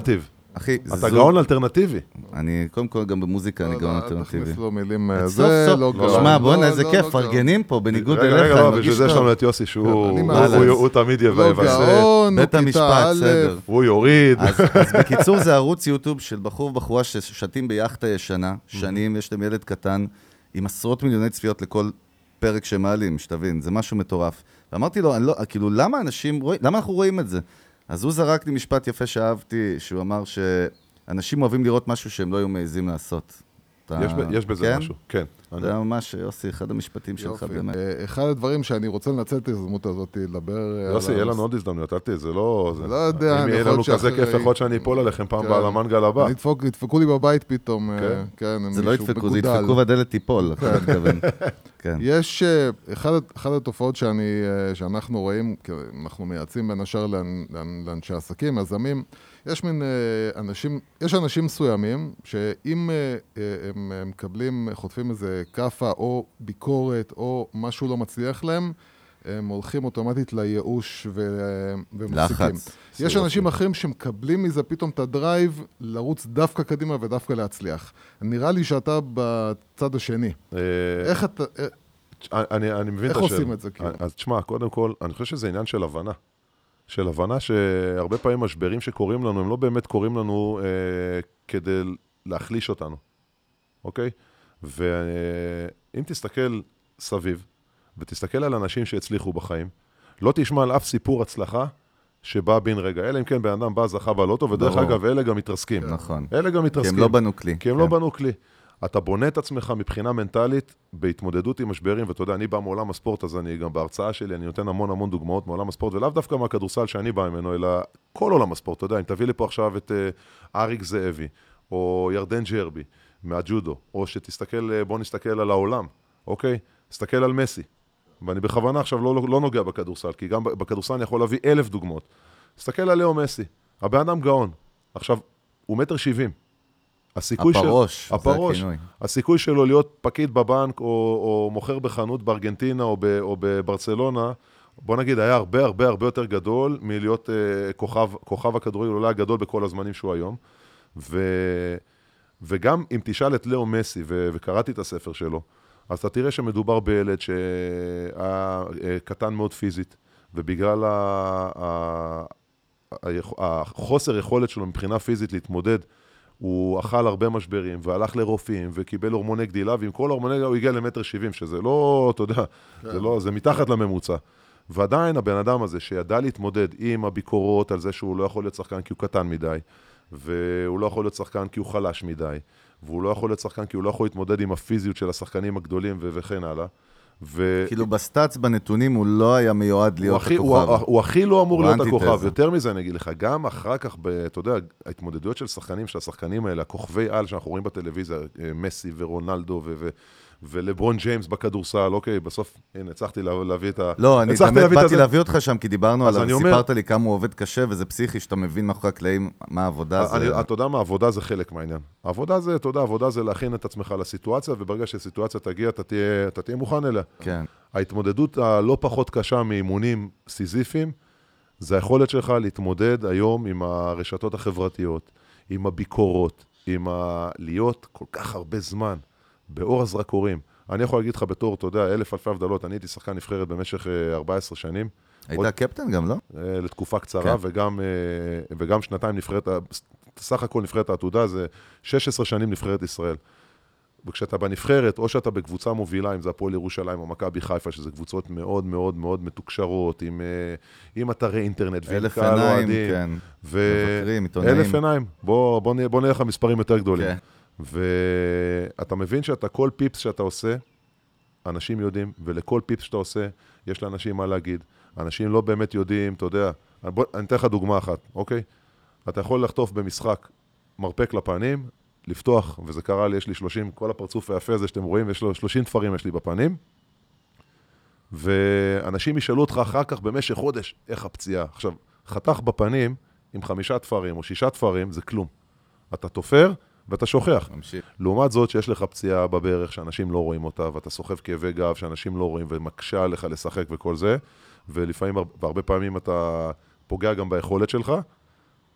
Speaker 2: אחי,
Speaker 4: אתה גאון אלטרנטיבי.
Speaker 2: אני, קודם כל, גם במוזיקה אני גאון
Speaker 3: אל
Speaker 2: אלטרנטיבי.
Speaker 3: תכניס לו מילים,
Speaker 2: סוף
Speaker 3: זה
Speaker 2: סוף.
Speaker 3: לא גאון.
Speaker 2: שמע, בוא'נה,
Speaker 3: לא,
Speaker 2: איזה
Speaker 3: לא,
Speaker 2: כיף,
Speaker 3: לא
Speaker 2: פרגנים פה, בניגוד
Speaker 4: רגע,
Speaker 2: אליך,
Speaker 4: רגע,
Speaker 2: אני
Speaker 4: לא,
Speaker 2: מרגיש
Speaker 4: בשביל זה יש
Speaker 2: טוב.
Speaker 4: לנו את יוסי, שהוא
Speaker 3: אני
Speaker 4: הוא-
Speaker 3: מאזין.
Speaker 4: הוא- הוא תמיד
Speaker 3: לא
Speaker 4: יבצע.
Speaker 3: גאון,
Speaker 2: בית
Speaker 3: הוא
Speaker 2: המשפט,
Speaker 3: כיתה א',
Speaker 2: בסדר.
Speaker 4: הוא יוריד.
Speaker 2: אז, אז בקיצור, זה ערוץ יוטיוב של בחור ובחורה ששתים ביאכטה ישנה, שנים, יש להם ילד קטן, עם עשרות מיליוני צפיות לכל פרק שמעלים, שתבין, זה משהו מטורף. ואמרתי לו, אני לא, כאילו, למה אנשים רואים, למה אנחנו רואים את זה? אז הוא זרק לי משפט יפה שאהבתי, שהוא אמר שאנשים אוהבים לראות משהו שהם לא היו מעזים לעשות. אתה,
Speaker 4: יש, ב- יש בזה
Speaker 2: כן?
Speaker 4: משהו, כן. אני-
Speaker 2: זה ממש, יוסי, אחד המשפטים שלך
Speaker 3: יופי.
Speaker 2: באמת.
Speaker 3: אה, אחד הדברים שאני רוצה לנצל את ההזדמנות הזאת, לדבר... אה,
Speaker 4: יוסי,
Speaker 3: על
Speaker 4: יהיה
Speaker 3: הנושא-
Speaker 4: לנו עוד הזדמנות, אל תהיה, זה לא... זה-
Speaker 3: לא יודע,
Speaker 4: אם
Speaker 3: אני
Speaker 4: יהיה
Speaker 3: יכול
Speaker 4: לנו כזה
Speaker 3: שאחרי-
Speaker 4: כיף, יכול להיות שאני אפול עליכם פעם
Speaker 3: כן.
Speaker 4: הבאה למנגל הבא.
Speaker 3: אני דפוק- ידפקו לי בבית פתאום, אה,
Speaker 4: כן.
Speaker 3: כן,
Speaker 2: זה לא
Speaker 3: מישהו
Speaker 2: ידפקו, זה
Speaker 3: מגודל.
Speaker 2: ידפקו והדלת תיפול, אתה מתכוון. כן.
Speaker 3: יש, אה, אחד, אחד התופעות שאני, אה, שאנחנו רואים, כי אנחנו מייעצים בין השאר לאנ- לאנ- לאנשי עסקים, יזמים, יש מין אה, אנשים, יש אנשים מסוימים שאם אה, אה, הם אה, מקבלים, חוטפים איזה קפה או ביקורת או משהו לא מצליח להם, הם הולכים אוטומטית לייאוש ו- ומפסיקים.
Speaker 2: לחץ.
Speaker 3: יש
Speaker 4: זה
Speaker 3: אנשים אחרים שמקבלים מזה פתאום את הדרייב לרוץ דווקא קדימה ודווקא להצליח. נראה לי שאתה בצד השני.
Speaker 4: אה,
Speaker 3: איך אתה... אה,
Speaker 4: אני, אני מבין
Speaker 3: איך
Speaker 4: את השאלה.
Speaker 3: עושים את זה, כאילו?
Speaker 4: אז תשמע, קודם כל, אני חושב שזה עניין של הבנה. של הבנה שהרבה פעמים משברים שקורים לנו, הם לא באמת קורים לנו אה, כדי להחליש אותנו, אוקיי? ואם תסתכל סביב, ותסתכל על אנשים שהצליחו בחיים, לא תשמע על אף סיפור הצלחה שבא בן רגע. אלא אם כן בן אדם בא, זכה בלוטו, ודרך
Speaker 2: ברור.
Speaker 4: אגב, אלה גם מתרסקים.
Speaker 2: נכון.
Speaker 4: אלה גם
Speaker 2: כי
Speaker 4: מתרסקים.
Speaker 2: הם לא בנו כלי.
Speaker 4: כי הם לא בנו כלי. אתה בונה את עצמך מבחינה מנטלית בהתמודדות עם משברים, ואתה יודע, אני בא מעולם הספורט, אז אני גם בהרצאה שלי, אני נותן המון המון דוגמאות מעולם הספורט, ולאו דווקא מהכדורסל שאני בא ממנו, אלא כל עולם הספורט, אתה יודע, אם תביא לי פה עכשיו את uh, אריק זאבי, או ירדן ג'רבי, מהג'ודו, או שתסתכל, בוא נסתכל על העולם, אוקיי? תסתכל על מסי, ואני בכוונה עכשיו לא, לא נוגע בכדורסל, כי גם בכדורסל אני יכול להביא אלף דוגמאות. תסתכל על לאו מסי, הבן אדם גאון, עכשיו, הוא מטר שבעים. הסיכוי
Speaker 2: הפרוש,
Speaker 4: של... הפרוש,
Speaker 2: זה הכינוי.
Speaker 4: הסיכוי שלו להיות פקיד בבנק או, או מוכר בחנות בארגנטינה או, ב, או בברצלונה, בוא נגיד, היה הרבה הרבה הרבה יותר גדול מלהיות אה, כוכב, כוכב הכדורגל, אולי הגדול בכל הזמנים שהוא היום. ו, וגם אם תשאל את לאו מסי, ו, וקראתי את הספר שלו, אז אתה תראה שמדובר בילד שהיה קטן מאוד פיזית, ובגלל ה, ה, החוסר יכולת שלו מבחינה פיזית להתמודד, הוא אכל הרבה משברים, והלך לרופאים, וקיבל הורמוני גדילה, ועם כל הורמוני גדילה הוא הגיע למטר שבעים, שזה לא, אתה יודע, זה לא, זה מתחת לממוצע. ועדיין הבן אדם הזה, שידע להתמודד עם הביקורות על זה שהוא לא יכול להיות שחקן כי הוא קטן מדי, והוא לא יכול להיות שחקן כי הוא חלש מדי, והוא לא יכול להיות שחקן כי הוא לא יכול להתמודד עם הפיזיות של השחקנים הגדולים ו- וכן הלאה. ו...
Speaker 2: כאילו בסטאצ בנתונים הוא לא היה מיועד להיות
Speaker 4: הכי,
Speaker 2: הכוכב.
Speaker 4: הוא, הוא הכי לא אמור להיות
Speaker 2: האנטיתזה.
Speaker 4: הכוכב. יותר מזה אני אגיד לך, גם אחר כך, ב, אתה יודע, ההתמודדויות של שחקנים, של השחקנים האלה, הכוכבי על שאנחנו רואים בטלוויזיה, מסי ורונלדו ו... ו ולברון ג'יימס בכדורסל, אוקיי, בסוף, הנה, הצלחתי לה, להביא את ה...
Speaker 2: לא, אני
Speaker 4: הצלחתי
Speaker 2: באמת
Speaker 4: להביא את
Speaker 2: באתי
Speaker 4: הזה.
Speaker 2: להביא אותך שם, כי דיברנו
Speaker 4: אז
Speaker 2: עליו,
Speaker 4: אני אומר-
Speaker 2: סיפרת לי כמה הוא עובד קשה, וזה פסיכי, שאתה מבין מאחורי הקלעים מה העבודה זה.
Speaker 4: אני, אתה יודע מה, עבודה זה חלק מהעניין. העבודה זה, אתה יודע, עבודה זה להכין את עצמך לסיטואציה, וברגע שהסיטואציה תגיע, אתה תהיה, אתה תהיה מוכן אליה.
Speaker 2: כן.
Speaker 4: ההתמודדות הלא פחות קשה מאימונים סיזיפיים, זה היכולת שלך להתמודד היום עם הרשתות החברתיות, עם הביקורות, עם ה... להיות כל כך הרבה זמן באור הזרקורים. אני יכול להגיד לך בתור, אתה יודע, אלף אלפי הבדלות, אני הייתי שחקן נבחרת במשך ארבע עשרה שנים.
Speaker 2: היית
Speaker 4: עוד-
Speaker 2: קפטן גם, לא?
Speaker 4: אה, לתקופה קצרה,
Speaker 2: כן.
Speaker 4: וגם, אה, וגם שנתיים נבחרת, ה- סך הכל נבחרת העתודה זה שש עשרה שנים נבחרת ישראל. וכשאתה בנבחרת, או שאתה בקבוצה מובילה, אם זה הפועל ירושלים או מכבי חיפה, שזה קבוצות מאוד מאוד מאוד מתוקשרות, עם, אה, עם אתרי אינטרנט ועם
Speaker 2: אלף
Speaker 4: קהל
Speaker 2: עיניים,
Speaker 4: אוהדים.
Speaker 2: כן.
Speaker 4: ו...
Speaker 2: מבקרים, עיתונאים.
Speaker 4: אלף עיניים. בוא, בוא, נ- בוא נלך למספרים יותר גדולים.
Speaker 2: כן.
Speaker 4: ואתה מבין שאתה, כל פיפס שאתה עושה, אנשים יודעים, ולכל פיפס שאתה עושה, יש לאנשים מה להגיד. אנשים לא באמת יודעים, אתה יודע, בוא, אני אתן לך דוגמה אחת, אוקיי? אתה יכול לחטוף במשחק מרפק לפנים, לפתוח, וזה קרה לי, יש לי שלושים, כל הפרצוף היפה הזה שאתם רואים, יש לו שלושים תפרים יש לי בפנים, ואנשים ישאלו אותך אחר כך במשך חודש, איך הפציעה? עכשיו, חתך בפנים עם חמישה תפרים או שישה תפרים, זה כלום. אתה תופר ואתה שוכח.
Speaker 2: ממשיך.
Speaker 4: לעומת זאת שיש לך פציעה בברך שאנשים לא רואים אותה, ואתה סוחב כאבי גב שאנשים לא רואים, ומקשה עליך לשחק וכל זה, ולפעמים, והרבה פעמים אתה פוגע גם ביכולת שלך,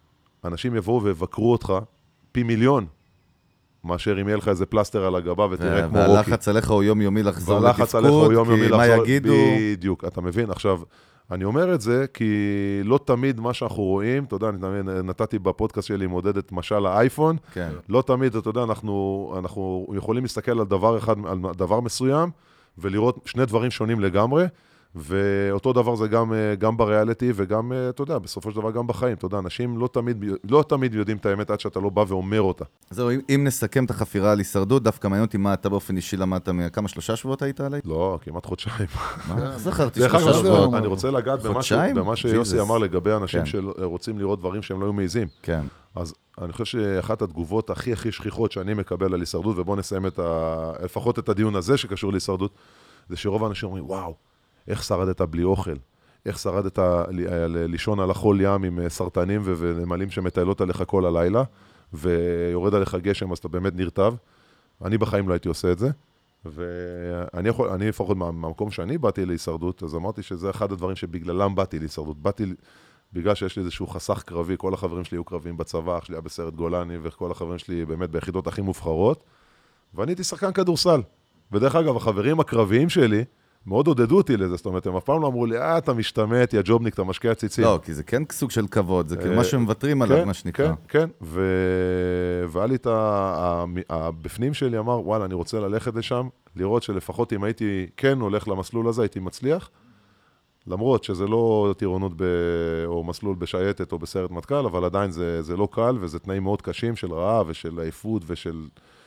Speaker 4: אנשים יבואו ויבקרו אותך פי מיליון, מאשר אם יהיה לך איזה פלסטר על הגבה ותראה כמו רוקי.
Speaker 2: והלחץ עליך הוא יומיומי לחזור
Speaker 4: לתפקוד, כי
Speaker 2: מה יגידו?
Speaker 4: בדיוק, אתה מבין? עכשיו, אני אומר את זה כי לא תמיד מה שאנחנו רואים, אתה יודע, אני נתתי בפודקאסט שלי מודד את משל האייפון,
Speaker 2: כן.
Speaker 4: לא תמיד, אתה יודע, אנחנו, אנחנו יכולים להסתכל על דבר אחד, על דבר מסוים, ולראות שני דברים שונים לגמרי, ואותו דבר זה גם, גם בריאליטי, וגם, אתה יודע, בסופו של דבר גם בחיים, אתה יודע, אנשים לא תמיד, לא תמיד יודעים את האמת עד שאתה לא בא ואומר אותה.
Speaker 2: זהו, אם, אם נסכם את החפירה על הישרדות, דווקא מעניין אותי מה אתה באופן אישי למדת, כמה שלושה שבועות היית עליי?
Speaker 4: לא, כמעט חודשיים.
Speaker 2: מה? זכרתי
Speaker 4: דרך
Speaker 2: שלושה
Speaker 4: אגב,
Speaker 2: שבועות.
Speaker 4: אני רוצה לגעת במה שיוסי אמר לגבי אנשים
Speaker 2: כן.
Speaker 4: שרוצים לראות דברים שהם לא היו מעיזים.
Speaker 2: כן.
Speaker 4: אז אני חושב שאחת התגובות הכי הכי שכיחות שאני מקבל על הישרדות, ובואו נסיים את ה... לפחות את הדיון הזה שקשור להישרדות, זה שרוב האנשים אומרים, וואו, איך שרדת בלי אוכל? איך שרדת לישון על החול ים עם סרטנים ונמלים שמטיילות עליך כל הלילה, ויורד עליך גשם, אז אתה באמת נרטב. אני בחיים לא הייתי עושה את זה, ואני יכול, אני לפחות מהמקום שאני באתי להישרדות, אז אמרתי שזה אחד הדברים שבגללם באתי להישרדות. באתי בגלל שיש לי איזשהו חסך קרבי, כל החברים שלי היו קרביים בצבא, אח שלי היה בסרט גולני, וכל החברים שלי באמת ביחידות הכי מובחרות, ואני הייתי שחקן כדורסל. ודרך אגב, החברים הקרביים שלי, מאוד עודדו אותי לזה, זאת אומרת, הם אף פעם לא אמרו לי, אה, אתה משתמט, יא ג'ובניק, אתה משקיע ציצים.
Speaker 2: לא, כי זה כן סוג של כבוד, זה כאילו מה שמוותרים עליו, מה שנקרא.
Speaker 4: כן, כן, והיה לי את הבפנים שלי, אמר, וואלה, אני רוצה ללכת לשם, לראות שלפחות אם הייתי כן הולך למסלול הזה, הייתי מצליח, למרות שזה לא טירונות או מסלול בשייטת או בסרט מטכ"ל, אבל עדיין זה לא קל, וזה תנאים מאוד קשים של רעב ושל עייפות ושל...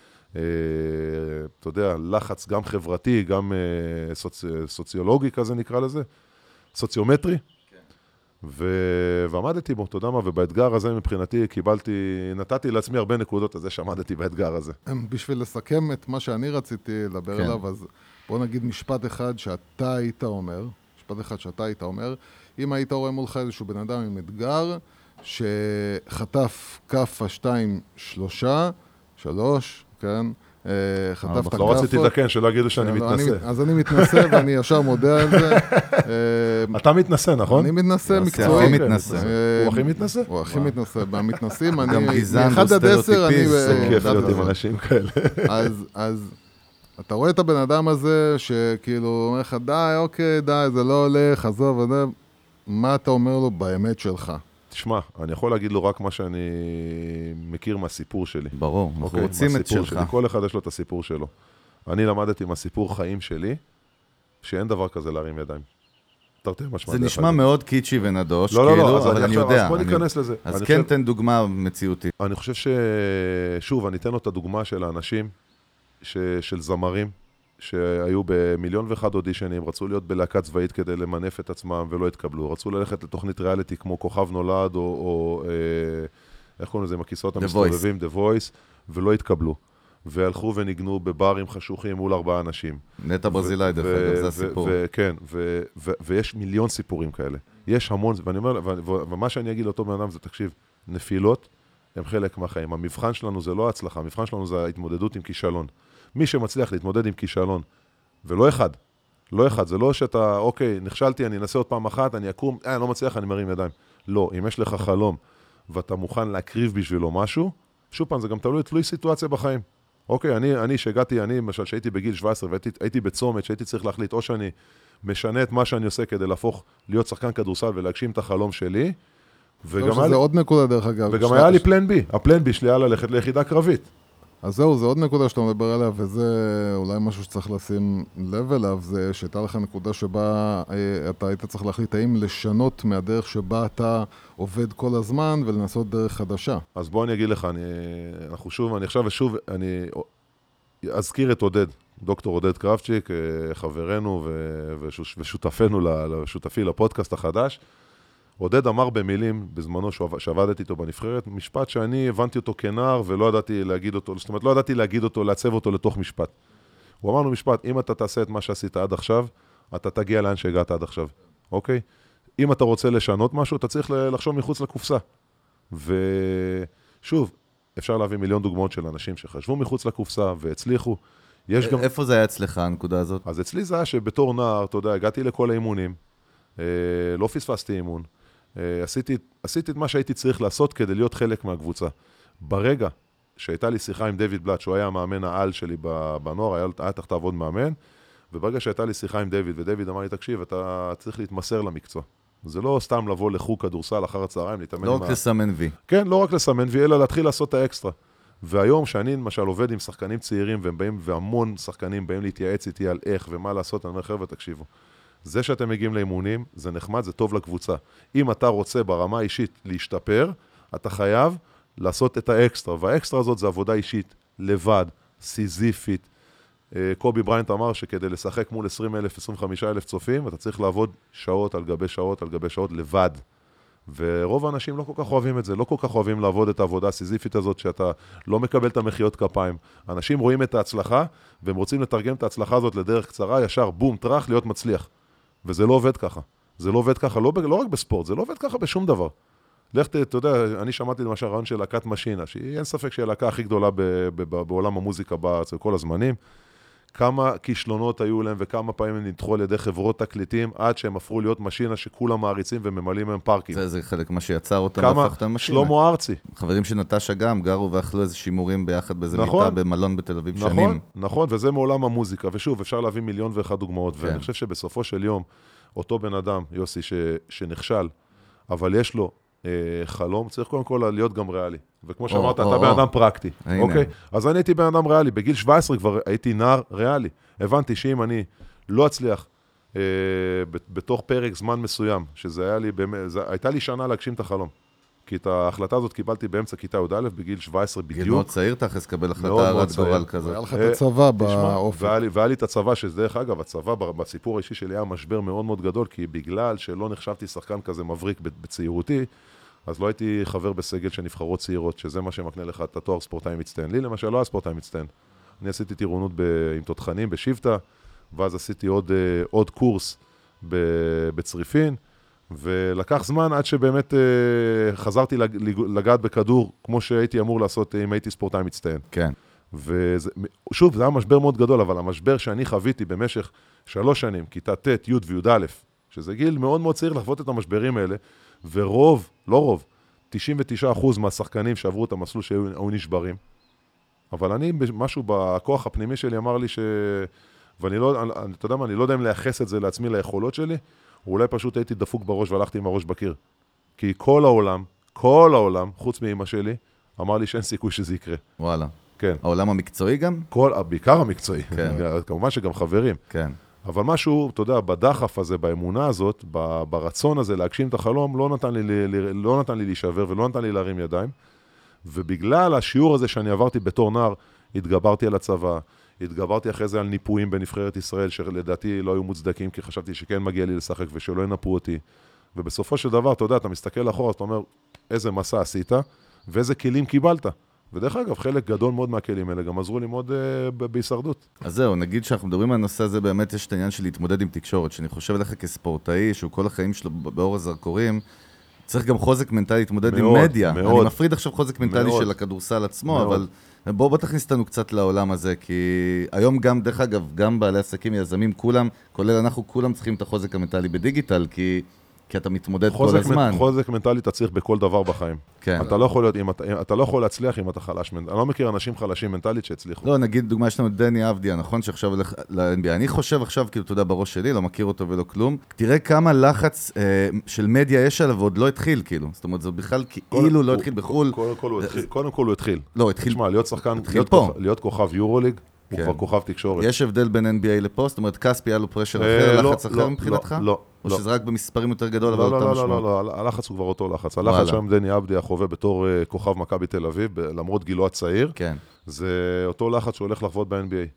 Speaker 4: אתה יודע, לחץ גם חברתי, גם סוציולוגי כזה נקרא לזה, סוציומטרי, ועמדתי בו, אתה יודע מה, ובאתגר הזה מבחינתי קיבלתי, נתתי לעצמי הרבה נקודות על זה שעמדתי באתגר הזה.
Speaker 3: בשביל לסכם את מה שאני רציתי לדבר עליו, אז בוא נגיד משפט אחד שאתה היית אומר, משפט אחד שאתה היית אומר, אם היית רואה מולך איזשהו בן אדם עם אתגר, שחטף כפה שתיים, שלושה, שלוש, כן, חטף את הכפות.
Speaker 4: לא רציתי לתקן, שלא יגידו שאני מתנסה.
Speaker 3: אז אני מתנסה ואני ישר מודה על זה.
Speaker 4: אתה מתנסה, נכון?
Speaker 3: אני מתנסה מקצועי.
Speaker 2: הוא הכי מתנסה.
Speaker 4: הוא הכי מתנסה?
Speaker 3: הוא הכי מתנסה. במתנסים, אני...
Speaker 2: גם גזען
Speaker 3: מאחד עד עשר, אני...
Speaker 4: זה כיף להיות עם אנשים כאלה.
Speaker 3: אז אתה רואה את הבן אדם הזה, שכאילו אומר לך, די, אוקיי, די, זה לא הולך, עזוב, מה אתה אומר לו באמת שלך?
Speaker 4: תשמע, אני יכול להגיד לו רק מה שאני מכיר מהסיפור שלי.
Speaker 2: ברור, אנחנו רוצים את שלך.
Speaker 4: כל אחד יש לו את הסיפור שלו. אני למדתי מהסיפור חיים שלי, שאין דבר כזה להרים ידיים. תרתי משמע.
Speaker 2: זה נשמע מאוד קיצ'י ונדוש,
Speaker 4: לא, לא, לא,
Speaker 2: אבל אני יודע.
Speaker 4: אז בוא ניכנס לזה.
Speaker 2: אז כן תן דוגמה מציאותית.
Speaker 4: אני חושב ששוב, אני אתן לו את הדוגמה של האנשים, של זמרים, שהיו במיליון ואחד אודישנים, רצו להיות בלהקה צבאית כדי למנף את עצמם ולא התקבלו. רצו ללכת לתוכנית ריאליטי כמו כוכב נולד, או, או אה, איך קוראים לזה, עם הכיסאות המסתובבים, The Voice, ולא התקבלו. והלכו וניגנו בברים חשוכים מול ארבעה אנשים.
Speaker 2: נטע ברזילי, דרך אגב, זה הסיפור.
Speaker 4: כן, ויש מיליון סיפורים כאלה. יש המון, ואני אומר, ומה שאני אגיד לאותו בן אדם זה, תקשיב, נפילות הם חלק מהחיים. המבחן שלנו זה לא ההצלחה, המבחן שלנו זה ההתמודדות עם כישלון. מי שמצליח להתמודד עם כישלון, ולא אחד, לא אחד, זה לא שאתה, אוקיי, נכשלתי, אני אנסה עוד פעם אחת, אני אקום, אה, אני לא מצליח, אני מרים ידיים. לא, אם יש לך חלום, ואתה מוכן להקריב בשבילו משהו, שוב פעם, זה גם תלוי, תלוי סיטואציה בחיים. אוקיי, אני, אני שהגעתי, אני, למשל, שהייתי בגיל שבע עשרה, והייתי בצומת, שהייתי צריך להחליט, או שאני משנה את מה שאני עושה כדי להפוך, להיות שחקן כדורסל ולהגשים את החלום שלי,
Speaker 3: וגם היה לי... עוד נקודה דרך אגב.
Speaker 4: וגם היה לי פלן בי, הפלן בי שלי היה ללכת ליחידה קרבית.
Speaker 3: אז זהו, זה עוד נקודה שאתה מדבר עליה, וזה אולי משהו שצריך לשים לב אליו, זה שהייתה לך נקודה שבה אתה היית צריך להחליט האם לשנות מהדרך שבה אתה עובד כל הזמן ולנסות דרך חדשה.
Speaker 4: אז בוא אני אגיד לך, אני, אנחנו שוב, אני עכשיו ושוב, אני אזכיר את עודד, דוקטור עודד קרבצ'יק, חברנו ושותפנו, שותפי לפודקאסט החדש. עודד אמר במילים, בזמנו שעבדתי איתו בנבחרת, משפט שאני הבנתי אותו כנער ולא ידעתי להגיד אותו, זאת אומרת, לא ידעתי להגיד אותו, לעצב אותו לתוך משפט. הוא אמר לו משפט, אם אתה תעשה את מה שעשית עד עכשיו, אתה תגיע לאן שהגעת עד עכשיו, אוקיי? אם אתה רוצה לשנות משהו, אתה צריך לחשוב מחוץ לקופסה. ושוב, אפשר להביא מיליון דוגמאות של אנשים שחשבו מחוץ לקופסה והצליחו. יש גם...
Speaker 2: איפה זה היה אצלך, הנקודה הזאת?
Speaker 4: אז אצלי זה היה שבתור נער, אתה יודע, הגעתי לכל האימונים, לא פספסתי אימון. עשיתי, עשיתי את מה שהייתי צריך לעשות כדי להיות חלק מהקבוצה. ברגע שהייתה לי שיחה עם דיוויד בלאט, שהוא היה המאמן העל שלי בנוער, היה, היה תחתיו עוד מאמן, וברגע שהייתה לי שיחה עם דיוויד, ודייוויד אמר לי, תקשיב, אתה צריך להתמסר למקצוע. זה לא סתם לבוא לחוג כדורסל אחר הצהריים, להתאמן
Speaker 2: לא רק לסמן וי.
Speaker 4: כן, לא רק לסמן וי, אלא להתחיל לעשות את האקסטרה. והיום, שאני למשל עובד עם שחקנים צעירים, והם באים, והמון שחקנים באים להתייעץ איתי על איך ומה לעשות, אני אומר, חבר'ה, תקשיבו. זה שאתם מגיעים לאימונים, זה נחמד, זה טוב לקבוצה. אם אתה רוצה ברמה האישית להשתפר, אתה חייב לעשות את האקסטרה, והאקסטרה הזאת זה עבודה אישית, לבד, סיזיפית. קובי בריינט אמר שכדי לשחק מול עשרים אלף, עשרים וחמישה אלף צופים, אתה צריך לעבוד שעות על גבי שעות על גבי שעות לבד. ורוב האנשים לא כל כך אוהבים את זה, לא כל כך אוהבים לעבוד את העבודה הסיזיפית הזאת, שאתה לא מקבל את המחיות כפיים. אנשים רואים את ההצלחה, והם רוצים לתרגם את ההצלחה הזאת לדרך קצרה, ישר בום, טרח, להיות מצליח. וזה לא עובד ככה. זה לא עובד ככה, לא, לא רק בספורט, זה לא עובד ככה בשום דבר. לך, אתה יודע, אני שמעתי למשל רעיון של להקת משינה, שהיא אין ספק שהיא הלהקה הכי גדולה ב- ב- ב- בעולם המוזיקה בארץ כל הזמנים. כמה כישלונות היו להם וכמה פעמים הם נדחו על ידי חברות תקליטים, עד שהם הפכו להיות משינה שכולם מעריצים וממלאים מהם פארקים.
Speaker 2: זה, זה חלק מה שיצר אותם
Speaker 4: כמה,
Speaker 2: והפך אותם משינה.
Speaker 4: שלמה ארצי.
Speaker 2: חברים של נטשה גם גרו ואכלו איזה שימורים ביחד באיזה
Speaker 4: נכון,
Speaker 2: מיטה במלון בתל אביב
Speaker 4: נכון,
Speaker 2: שנים.
Speaker 4: נכון, וזה מעולם המוזיקה. ושוב, אפשר להביא מיליון ואחת דוגמאות.
Speaker 2: כן.
Speaker 4: ואני חושב שבסופו של יום, אותו בן אדם, יוסי, ש, שנכשל, אבל יש לו אה, חלום, צריך קודם כל להיות גם ריאלי. וכמו שאמרת,
Speaker 2: או,
Speaker 4: אתה
Speaker 2: או,
Speaker 4: בן
Speaker 2: או.
Speaker 4: אדם פרקטי.
Speaker 2: הנה.
Speaker 4: אוקיי? אז אני הייתי בן אדם ריאלי. בגיל שבע עשרה כבר הייתי נער ריאלי. הבנתי שאם אני לא אצליח אה, בתוך פרק זמן מסוים, שזה היה לי, באמת, זה, הייתה לי שנה להגשים את החלום. כי את ההחלטה הזאת קיבלתי באמצע כיתה י"א, בגיל שבע עשרה בדיוק.
Speaker 2: גיל מאוד צעיר תכף לקבל
Speaker 4: מאוד
Speaker 2: החלטה
Speaker 4: מאוד
Speaker 2: רד
Speaker 4: צעיר.
Speaker 2: גורל כזה.
Speaker 3: היה לך את הצבא באופן.
Speaker 4: והיה לי, והיה לי את הצבא, שזה דרך אגב, הצבא בסיפור האישי שלי היה משבר מאוד מאוד גדול, כי בגלל שלא נחשבתי שחקן כזה מבריק בצעירותי, אז לא הייתי חבר בסגל של נבחרות צעירות, שזה מה שמקנה לך את התואר ספורטאי מצטיין. לי למשל לא היה ספורטאי מצטיין. אני עשיתי טירונות ב, עם תותחנים בשבטה, ואז עשיתי עוד, עוד קורס בצריפין, ולקח זמן עד שבאמת חזרתי לגעת בכדור, כמו שהייתי אמור לעשות אם הייתי ספורטאי מצטיין.
Speaker 2: כן.
Speaker 4: ושוב, זה היה משבר מאוד גדול, אבל המשבר שאני חוויתי במשך שלוש שנים, כיתה ט', י' וי"א, שזה גיל מאוד מאוד צעיר לחוות את המשברים האלה, ורוב, לא רוב, תשעים ותשעה אחוז מהשחקנים שעברו את המסלול שהיו נשברים. אבל אני, משהו בכוח הפנימי שלי אמר לי ש... ואני לא, אני, אתה יודע מה, אני לא יודע אם לייחס את זה לעצמי ליכולות שלי, או אולי פשוט הייתי דפוק בראש והלכתי עם הראש בקיר. כי כל העולם, כל העולם, חוץ מאמא שלי, אמר לי שאין סיכוי שזה יקרה.
Speaker 2: וואלה.
Speaker 4: כן.
Speaker 2: העולם המקצועי גם?
Speaker 4: כל, בעיקר המקצועי.
Speaker 2: כן.
Speaker 4: כמובן שגם חברים.
Speaker 2: כן.
Speaker 4: אבל משהו, אתה יודע, בדחף הזה, באמונה הזאת, ברצון הזה להגשים את החלום, לא נתן לי, לא נתן לי להישבר ולא נתן לי להרים ידיים. ובגלל השיעור הזה שאני עברתי בתור נער, התגברתי על הצבא, התגברתי אחרי זה על ניפויים בנבחרת ישראל, שלדעתי לא היו מוצדקים, כי חשבתי שכן מגיע לי לשחק ושלא ינפו אותי. ובסופו של דבר, אתה יודע, אתה מסתכל אחורה, אתה אומר, איזה מסע עשית, ואיזה כלים קיבלת. ודרך אגב, חלק גדול מאוד מהכלים האלה גם עזרו לי מאוד uh, ב- בהישרדות.
Speaker 2: אז זהו, נגיד שאנחנו מדברים על הנושא הזה, באמת יש את העניין של להתמודד עם תקשורת, שאני חושב עליך כספורטאי, שהוא כל החיים שלו באור הזרקורים, צריך גם חוזק מנטלי להתמודד מאוד, עם מדיה. מאוד. אני מפריד עכשיו חוזק מנטלי מאוד. של הכדורסל עצמו, מאוד. אבל בואו בוא תכניס אותנו קצת לעולם הזה, כי היום גם, דרך אגב, גם בעלי עסקים, יזמים, כולם, כולל אנחנו, כולם צריכים את החוזק המנטלי בדיגיטל, כי... כי אתה מתמודד כל הזמן.
Speaker 4: חוזק מנטלי אתה צריך בכל דבר בחיים.
Speaker 2: כן.
Speaker 4: אתה לא יכול להיות, אם אתה, אתה לא יכול להצליח אם אתה חלש מנטלית. אני לא מכיר אנשים חלשים מנטלית שהצליחו.
Speaker 2: לא, נגיד, דוגמה יש לנו את דני אבדיה, נכון? שעכשיו הולך ל-אן בי איי. אני חושב עכשיו, כאילו, אתה יודע, בראש שלי, לא מכיר אותו ולא כלום. תראה כמה לחץ אה, של מדיה יש עליו ועוד לא התחיל, כאילו. זאת אומרת, זה בכלל כאילו לא התחיל בחול.
Speaker 4: קודם כל הוא התחיל.
Speaker 2: לא, התחיל.
Speaker 4: תשמע, להיות שחקן, להיות כוכב יורוליג, הוא כבר כוכב תקשורת.
Speaker 2: יש הבדל בין אן בי איי לפוסט, זאת אומרת, כספי היה לו פרשר אחר, לחץ אחר מבחינתך?
Speaker 4: לא.
Speaker 2: או שזה רק במספרים יותר גדול, אבל
Speaker 4: אותה
Speaker 2: משמעות?
Speaker 4: לא, לא, לא, לא, הלחץ הוא כבר אותו לחץ. הלחץ שם דני אבדיה חווה בתור כוכב מכבי תל אביב, למרות גילו הצעיר.
Speaker 2: כן.
Speaker 4: זה אותו לחץ שהוא הולך לחוות ב-אן בי איי.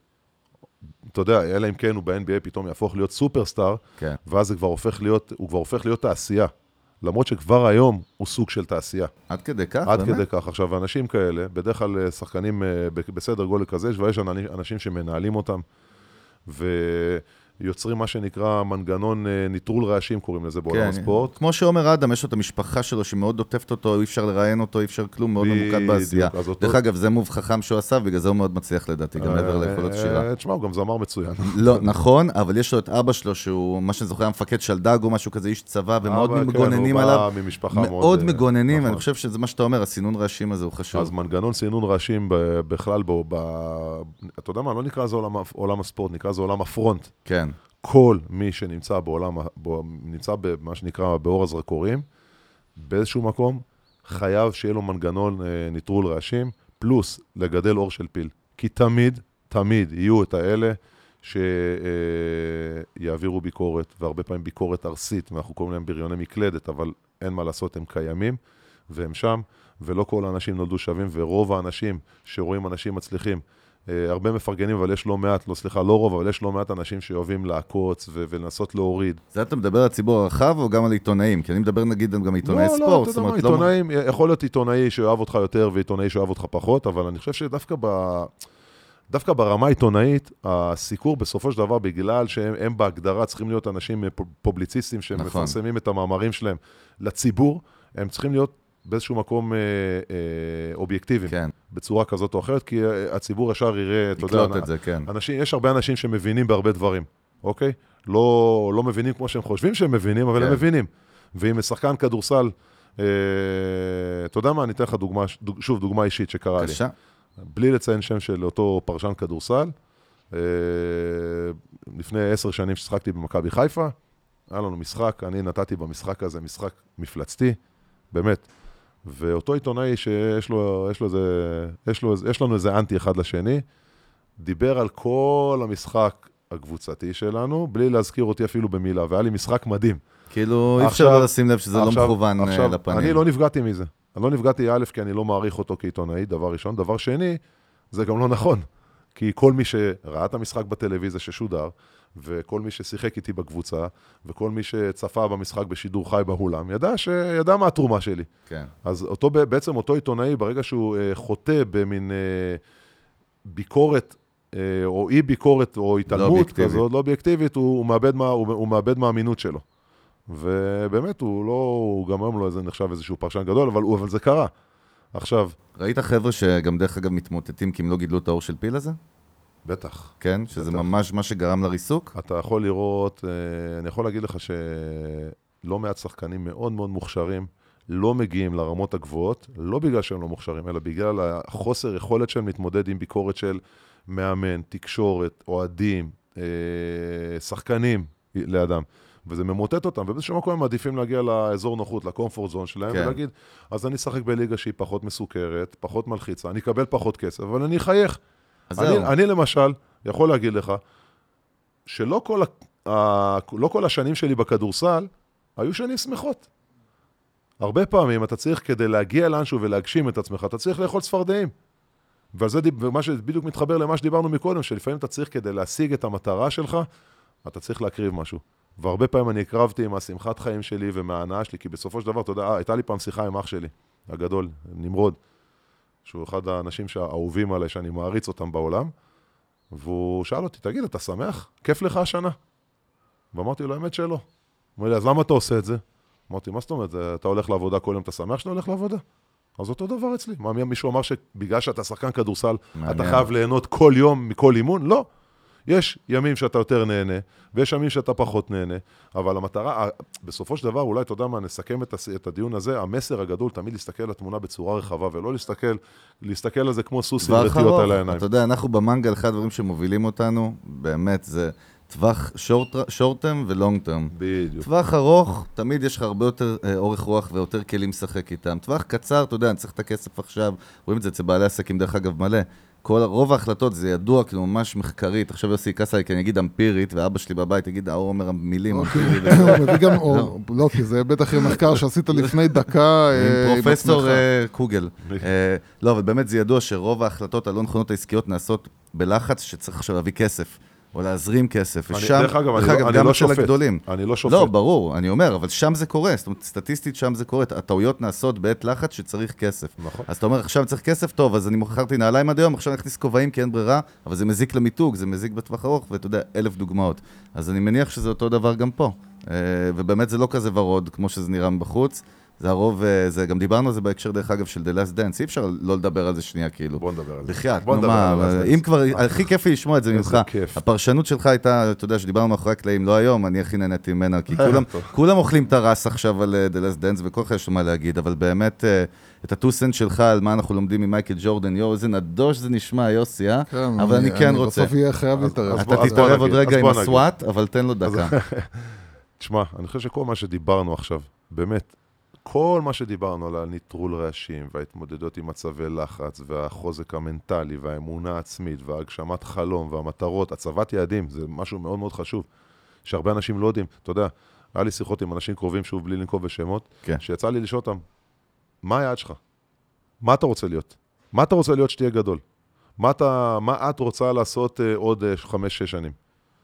Speaker 4: אתה יודע, אלא אם כן הוא ב-אן בי איי פתאום יהפוך להיות סופרסטאר, ואז זה כבר הופך להיות, הוא כבר הופך להיות תעשייה. למרות שכבר היום הוא סוג של תעשייה.
Speaker 2: עד כדי כך,
Speaker 4: עד כדי כך. עכשיו, אנשים כאלה, בדרך כלל שחקנים בסדר גודל כזה, ויש אנשים שמנהלים אותם, יוצרים מה שנקרא מנגנון ניטרול רעשים, קוראים לזה בעולם הספורט.
Speaker 2: כמו שאומר אדם, יש לו את המשפחה שלו שמאוד דוטפת אותו, אי אפשר לראיין אותו, אי אפשר כלום, מאוד ממוקד בעשייה. דרך אגב, זה מוב חכם שהוא עשה, ובגלל זה הוא מאוד מצליח לדעתי, גם מעבר ליכולות שירה.
Speaker 4: תשמע, הוא גם זמר מצוין.
Speaker 2: לא, נכון, אבל יש לו את אבא שלו, שהוא, מה שאני זוכר, המפקד שלדג או משהו כזה, איש צבא, ומאוד מגוננים עליו. מאוד מגוננים, ואני חושב שזה מה שאתה אומר, הסינון רעשים הזה הוא חשוב.
Speaker 4: אז מנגנון סינון רעשים בכלל, אתה יודע מה, לא נקרא זה עולם הספורט, נקרא זה עולם הפרונט.
Speaker 2: כן.
Speaker 4: כל מי שנמצא בעולם, נמצא במה שנקרא באור הזרקורים, באיזשהו מקום, חייב שיהיה לו מנגנון ניטרול רעשים, פלוס לגדל אור של פיל. כי תמיד, תמיד יהיו את האלה שיעבירו ביקורת, והרבה פעמים ביקורת ארסית, ואנחנו קוראים להם בריוני מקלדת, אבל אין מה לעשות, הם קיימים, והם שם, ולא כל האנשים נולדו שווים, ורוב האנשים שרואים אנשים מצליחים, הרבה מפרגנים, אבל יש לא מעט, לא סליחה, לא רוב, אבל יש לא מעט אנשים שאוהבים לעקוץ ו- ולנסות להוריד.
Speaker 2: זה אתה מדבר על הציבור הרחב או גם על עיתונאים? כי אני מדבר נגיד גם עיתונאי
Speaker 4: לא,
Speaker 2: ספורט.
Speaker 4: לא, אתה יודע מה, עיתונאים, יכול להיות עיתונאי שאוהב אותך יותר ועיתונאי שאוהב אותך פחות, אבל אני חושב שדווקא ב... דווקא ברמה העיתונאית, הסיקור בסופו של דבר, בגלל שהם בהגדרה צריכים להיות אנשים פובליציסטים שמפרסמים את המאמרים שלהם לציבור, הם צריכים להיות באיזשהו מקום אה, אה, אובייקטיביים, כן. בצורה כזאת או אחרת, כי הציבור ישר יראה, אתה יודע,
Speaker 2: את זה, כן.
Speaker 4: אנשים, יש הרבה אנשים שמבינים בהרבה דברים, אוקיי? לא, לא מבינים כמו שהם חושבים שהם מבינים, אבל כן. הם מבינים. ואם משחקן כדורסל, אה, אתה יודע מה, אני אתן לך דוגמה, שוב, דוגמה אישית שקרה קשה. לי. בלי לציין שם של אותו פרשן כדורסל, אה, לפני עשר שנים ששחקתי במכבי חיפה, היה לנו משחק, אני נתתי במשחק הזה משחק מפלצתי, באמת. ואותו עיתונאי שיש לו, יש לו איזה, יש לו, יש לנו איזה אנטי אחד לשני, דיבר על כל המשחק הקבוצתי שלנו, בלי להזכיר אותי אפילו במילה, והיה לי משחק מדהים.
Speaker 2: כאילו, אי אפשר לא לשים לב שזה עכשיו, לא מכוון עכשיו, לפנים.
Speaker 4: אני לא נפגעתי מזה. אני לא נפגעתי א', כי אני לא מעריך אותו כעיתונאי, דבר ראשון. דבר שני, זה גם לא נכון. כי כל מי שראה את המשחק בטלוויזיה ששודר, וכל מי ששיחק איתי בקבוצה, וכל מי שצפה במשחק בשידור חי באולם, ידע שידע מה התרומה שלי.
Speaker 2: כן.
Speaker 4: אז אותו, בעצם אותו עיתונאי, ברגע שהוא אה, חוטא במין אה, ביקורת, אה, או אי ביקורת, או התעלמות לא כזאת, לא אובייקטיבית, הוא, הוא, מאבד מה, הוא, הוא מאבד מהאמינות שלו. ובאמת, הוא לא, הוא גם היום לא איזה נחשב איזשהו פרשן גדול, אבל, אבל זה קרה. עכשיו...
Speaker 2: ראית חבר'ה שגם דרך אגב מתמוטטים, כי הם לא גידלו את האור של פיל הזה?
Speaker 4: בטח.
Speaker 2: כן, שזה בטח. ממש מה שגרם לריסוק?
Speaker 4: אתה יכול לראות, אני יכול להגיד לך שלא מעט שחקנים מאוד מאוד מוכשרים, לא מגיעים לרמות הגבוהות, לא בגלל שהם לא מוכשרים, אלא בגלל החוסר יכולת שהם להתמודד עם ביקורת של מאמן, תקשורת, אוהדים, שחקנים לאדם. וזה ממוטט אותם, ובאיזשהו מקום הם מעדיפים להגיע לאזור נוחות, לקומפורט זון שלהם, כן. ולהגיד, אז אני אשחק בליגה שהיא פחות מסוכרת, פחות מלחיצה, אני אקבל פחות כסף, אבל אני אחייך. אני, אני למשל יכול להגיד לך שלא כל, ה, לא כל השנים שלי בכדורסל היו שנים שמחות. הרבה פעמים אתה צריך כדי להגיע לאנשהו ולהגשים את עצמך, אתה צריך לאכול צפרדעים. ועל זה ומה שבדיוק מתחבר למה שדיברנו מקודם, שלפעמים אתה צריך כדי להשיג את המטרה שלך, אתה צריך להקריב משהו. והרבה פעמים אני הקרבתי עם השמחת חיים שלי ומההנאה שלי, כי בסופו של דבר, אתה יודע, אה, הייתה לי פעם שיחה עם אח שלי, הגדול, נמרוד, שהוא אחד האנשים האהובים עליי, שאני מעריץ אותם בעולם, והוא שאל אותי, תגיד, אתה שמח? כיף לך השנה? ואמרתי לו, האמת שלא. הוא אומר לי, אז למה אתה עושה את זה? אמרתי, מה זאת אומרת? אתה הולך לעבודה כל יום, אתה שמח שאתה הולך לעבודה? אז אותו דבר אצלי. מה, מישהו אמר שבגלל שאתה שחקן כדורסל, אתה חייב ליהנות כל יום מכל אימון? לא. יש ימים שאתה יותר נהנה, ויש ימים שאתה פחות נהנה, אבל המטרה, בסופו של דבר, אולי, אתה יודע מה, נסכם את הדיון הזה, המסר הגדול תמיד להסתכל על התמונה בצורה רחבה, ולא להסתכל, להסתכל על זה כמו סוס עם רטיות על העיניים.
Speaker 2: אתה יודע, אנחנו במנגל, אחד הדברים שמובילים אותנו, באמת, זה טווח שורט-טרם ולונג-טרם.
Speaker 4: בדיוק.
Speaker 2: טווח ארוך, תמיד יש לך הרבה יותר אורך רוח ויותר כלים לשחק איתם. טווח קצר, אתה יודע, אני צריך את הכסף עכשיו, רואים את זה אצל בעלי עסקים, דרך אגב, מלא. כל רוב ההחלטות זה ידוע, כאילו ממש מחקרית. עכשיו יוסי קסאי, כי אני אגיד אמפירית, ואבא שלי בבית יגיד, האור אומר המילים אמפירית.
Speaker 3: מביא גם אור, לא, כי זה בטח יהיה מחקר שעשית לפני דקה.
Speaker 2: עם פרופסור קוגל. לא, אבל באמת זה ידוע שרוב ההחלטות הלא נכונות העסקיות נעשות בלחץ שצריך עכשיו להביא כסף. או להזרים כסף.
Speaker 4: אני,
Speaker 2: ושם,
Speaker 4: דרך אגב, אני,
Speaker 2: דרך
Speaker 4: לא,
Speaker 2: אגב,
Speaker 4: אני לא
Speaker 2: של
Speaker 4: שופט.
Speaker 2: הגדולים.
Speaker 4: אני לא שופט.
Speaker 2: לא, ברור, אני אומר, אבל שם זה קורה. זאת אומרת, סטטיסטית שם זה קורה. הטעויות נעשות בעת לחץ שצריך כסף.
Speaker 4: נכון.
Speaker 2: אז אתה אומר, עכשיו צריך כסף טוב, אז אני מוכרתי נעליים עד היום, עכשיו נכניס כובעים כי אין ברירה, אבל זה מזיק למיתוג, זה מזיק בטווח ארוך, ואתה יודע, אלף דוגמאות. אז אני מניח שזה אותו דבר גם פה. ובאמת זה לא כזה ורוד, כמו שזה נראה מבחוץ. זה הרוב, זה, גם דיברנו על זה בהקשר דרך אגב של The Last Dance, אי אפשר לא לדבר על זה שנייה כאילו.
Speaker 4: בוא נדבר על זה.
Speaker 2: בחייאת,
Speaker 4: בוא
Speaker 2: נו
Speaker 4: נדבר
Speaker 2: מה,
Speaker 4: על זה.
Speaker 2: אם כבר, הכי כיף לי לשמוע את זה ממך.
Speaker 4: כיף.
Speaker 2: הפרשנות שלך הייתה, אתה יודע, שדיברנו מאחורי הקלעים, לא היום, אני הכי נהניתי ממנה, כי כולם, כולם אוכלים את הרס עכשיו על The Last Dance, וכל כך יש מה להגיד, אבל באמת, את הטוסנט שלך על מה אנחנו לומדים ממייקל ג'ורדן, יו, איזה נדוש זה נשמע, יוסי, אה? אבל אני כן רוצה.
Speaker 3: בסוף יהיה חייב להתערב.
Speaker 2: אתה תתערב עוד רגע עם הסוואט, אבל תן לו דקה.
Speaker 4: תשמע, אני חושב שכל מה שדיברנו עכשיו, באמת, כל מה שדיברנו על הניטרול רעשים וההתמודדות עם מצבי לחץ והחוזק המנטלי והאמונה העצמית והגשמת חלום והמטרות, הצבת יעדים, זה משהו מאוד מאוד חשוב, שהרבה אנשים לא יודעים. אתה יודע, היה לי שיחות עם אנשים קרובים שוב בלי לנקוב בשמות, כן. שיצא לי לשאול אותם, מה היעד שלך? מה אתה רוצה להיות? מה אתה רוצה להיות שתהיה גדול? מה, אתה, מה את רוצה לעשות uh, עוד uh, חמש, שש שנים?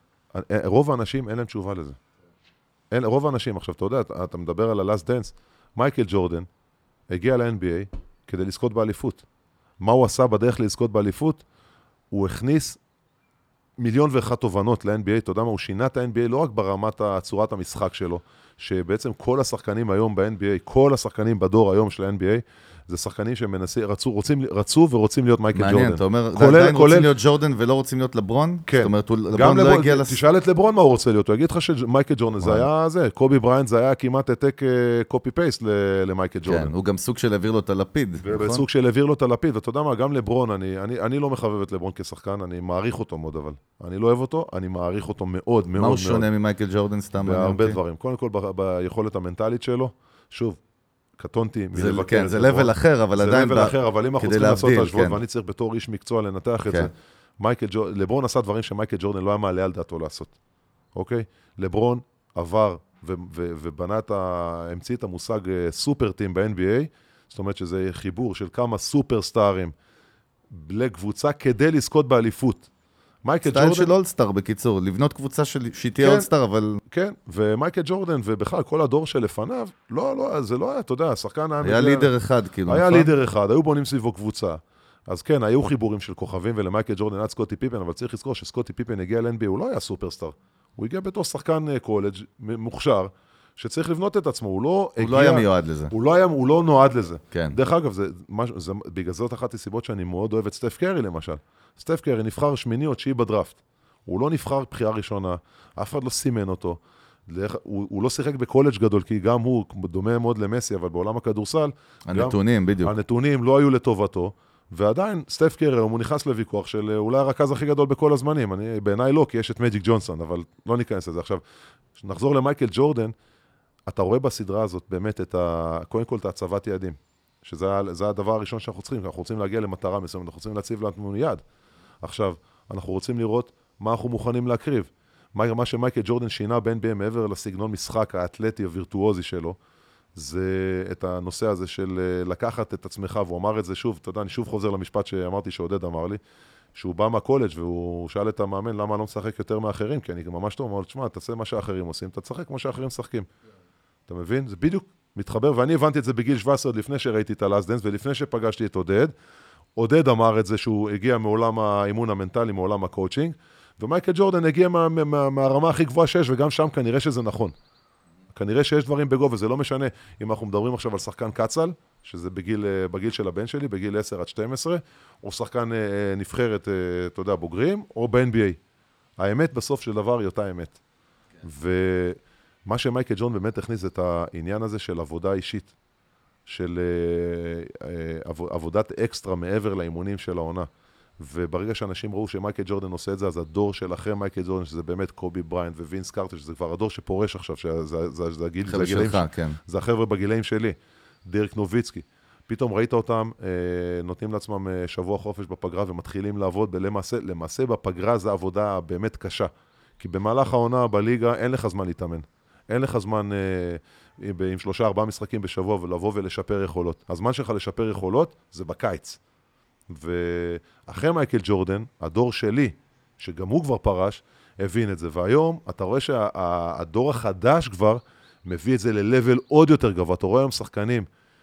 Speaker 4: רוב האנשים אין להם תשובה לזה. אין, רוב האנשים, עכשיו אתה יודע, אתה, אתה מדבר על ה-Last Dance, מייקל ג'ורדן הגיע ל-אן בי איי כדי לזכות באליפות. מה הוא עשה בדרך לזכות באליפות? הוא הכניס מיליון ואחת תובנות ל-אן בי איי, אתה יודע מה? הוא שינה את ה-אן בי איי לא רק ברמת צורת המשחק שלו, שבעצם כל השחקנים היום ב-אן בי איי, כל השחקנים בדור היום של ה-אן בי איי, זה שחקנים שמנסים, רצו, רוצים, רצו ורוצים להיות מייקל ג'ורדן.
Speaker 2: מעניין, אתה אומר, עדיין רוצים להיות ג'ורדן ולא רוצים להיות לברון?
Speaker 4: כן.
Speaker 2: זאת אומרת, לברון לא הגיע לס...
Speaker 4: תשאל את לברון מה הוא רוצה להיות, הוא יגיד לך שמייקל ג'ורדן זה היה זה, קובי בריינט זה היה כמעט העתק קופי פייסט למייקל ג'ורדן.
Speaker 2: כן, הוא גם סוג של העביר לו את הלפיד.
Speaker 4: סוג של העביר לו את הלפיד, ואתה יודע מה, גם לברון, אני לא מחבב את לברון כשחקן, אני מעריך אותו מאוד, אבל אני לא אוהב אותו, אני מעריך אותו מאוד מאוד מאוד.
Speaker 2: מה הוא שונה ממייקל ג'ורדן סתם?
Speaker 4: בהרבה דברים. קודם כל, ביכולת המנטלית שלו, שוב, קטונתי מלבקר.
Speaker 2: כן, זה לבל אחר, אבל עדיין...
Speaker 4: זה לבל אחר, אבל אם אנחנו צריכים לעשות את השוואות, ואני צריך בתור איש מקצוע לנתח את זה, לברון עשה דברים שמייקל ג'ורדן לא היה מעלה על דעתו לעשות. אוקיי? לברון עבר ובנה את ה... המציא את המושג סופר טים ב-אן בי איי, זאת אומרת שזה חיבור של כמה סופר סטארים לקבוצה כדי לזכות באליפות.
Speaker 2: סטייל של אולסטאר בקיצור, לבנות קבוצה שהיא תהיה אולסטאר, אבל...
Speaker 4: כן, ומייקל ג'ורדן, ובכלל כל הדור שלפניו, לא, לא, זה לא היה, אתה יודע, השחקן היה...
Speaker 2: היה לידר אחד, כאילו.
Speaker 4: היה לידר אחד, היו בונים סביבו קבוצה. אז כן, היו חיבורים של כוכבים, ולמייקל ג'ורדן עד סקוטי פיפן, אבל צריך לזכור שסקוטי פיפן הגיע ל-אן בי איי, הוא לא היה סופרסטאר. הוא הגיע בתור שחקן קולג' מוכשר, שצריך לבנות את עצמו, הוא לא
Speaker 2: הוא
Speaker 4: הגיע...
Speaker 2: לא היה מיועד לזה.
Speaker 4: הוא לא, היה, הוא לא נועד לזה.
Speaker 2: כן.
Speaker 4: דרך אגב, זה, זה, בגלל זאת אחת הסיבות שאני מאוד אוהב את סטף קרי, למשל. סטף קרי נבחר שמיני או תשיעי בדראפט. הוא לא נבחר בחירה ראשונה, אף אחד לא סימן אותו. הוא, הוא לא שיחק בקולג' גדול, כי גם הוא דומה מאוד למסי, אבל בעולם הכדורסל...
Speaker 2: הנתונים, בדיוק.
Speaker 4: הנתונים לא היו לטובתו, ועדיין סטף קרי, הוא נכנס לוויכוח של אולי הרכז הכי גדול בכל הזמנים. אני, בעיניי לא, כי יש את מג'יק ג'ונסון, אבל לא ניכנס לזה. עכשיו, נחזור למייקל ג'ורדן, אתה רואה בסדרה הזאת באמת את ה... קודם כל את הצבת יעדים, שזה הדבר הראשון שאנחנו צריכים, אנחנו רוצים להגיע למטרה מסוימת, אנחנו רוצים להציב לנו יעד. עכשיו, אנחנו רוצים לראות מה אנחנו מוכנים להקריב. מה שמייקל ג'ורדן שינה ב-אן בי איי מעבר לסגנון משחק האתלטי הווירטואוזי שלו, זה את הנושא הזה של לקחת את עצמך, והוא אמר את זה שוב, אתה יודע, אני שוב חוזר למשפט שאמרתי שעודד אמר לי, שהוא בא מהקולג' והוא שאל את המאמן למה אני לא משחק יותר מאחרים, כי אני ממש טוב, אמר, תשמע, תעשה מה שאחרים עושים, אתה תשחק כמו שאחרים משחקים. אתה מבין? זה בדיוק מתחבר, ואני הבנתי את זה בגיל שבע עשרה לפני שראיתי את ה-Last Dance, ולפני שפגשתי את עודד. עודד אמר את זה שהוא הגיע מעולם האימון המנטלי, מעולם הקואוצ'ינג, ומייקל ג'ורדן הגיע מה, מה, מהרמה הכי גבוהה שיש, וגם שם כנראה שזה נכון. כנראה שיש דברים בגובה, וזה לא משנה אם אנחנו מדברים עכשיו על שחקן קצל, שזה בגיל, בגיל של הבן שלי, בגיל עשר עד שתים עשרה, או שחקן נבחרת, אתה יודע, בוגרים, או ב-אן בי איי. האמת בסוף של דבר היא אותה אמת. ומה שמייקל ג'ורדן באמת הכניס את העניין הזה של עבודה אישית, של עבודת אקסטרה מעבר לאימונים של העונה. וברגע שאנשים ראו שמייקל ג'ורדן עושה את זה, אז הדור של אחרי מייקל ג'ורדן, שזה באמת קובי בריינט ווינס קארטר, שזה כבר הדור שפורש עכשיו, שזה, זה, זה הגיל, זה הגילאים,
Speaker 2: שלך, כן.
Speaker 4: זה החבר'ה בגילאים שלי, דירק נוביצקי. פתאום ראית אותם, אה, נותנים לעצמם שבוע חופש בפגרה, ומתחילים לעבוד, ולמעשה, למעשה בפגרה זה עבודה באמת קשה. כי במהלך העונה בליגה אין לך זמן להתאמן. אין לך זמן אה, עם שלושה, ארבעה משחקים בשבוע, ולבוא ולשפר יכולות. הזמן שלך לשפר יכולות זה בקיץ. ואחרי מייקל ג'ורדן, הדור שלי שגם הוא כבר פרש, הבין את זה. והיום אתה רואה שהדור החדש כבר מביא את זה ל-level עוד יותר גבוה. אתה רואה היום שחקנים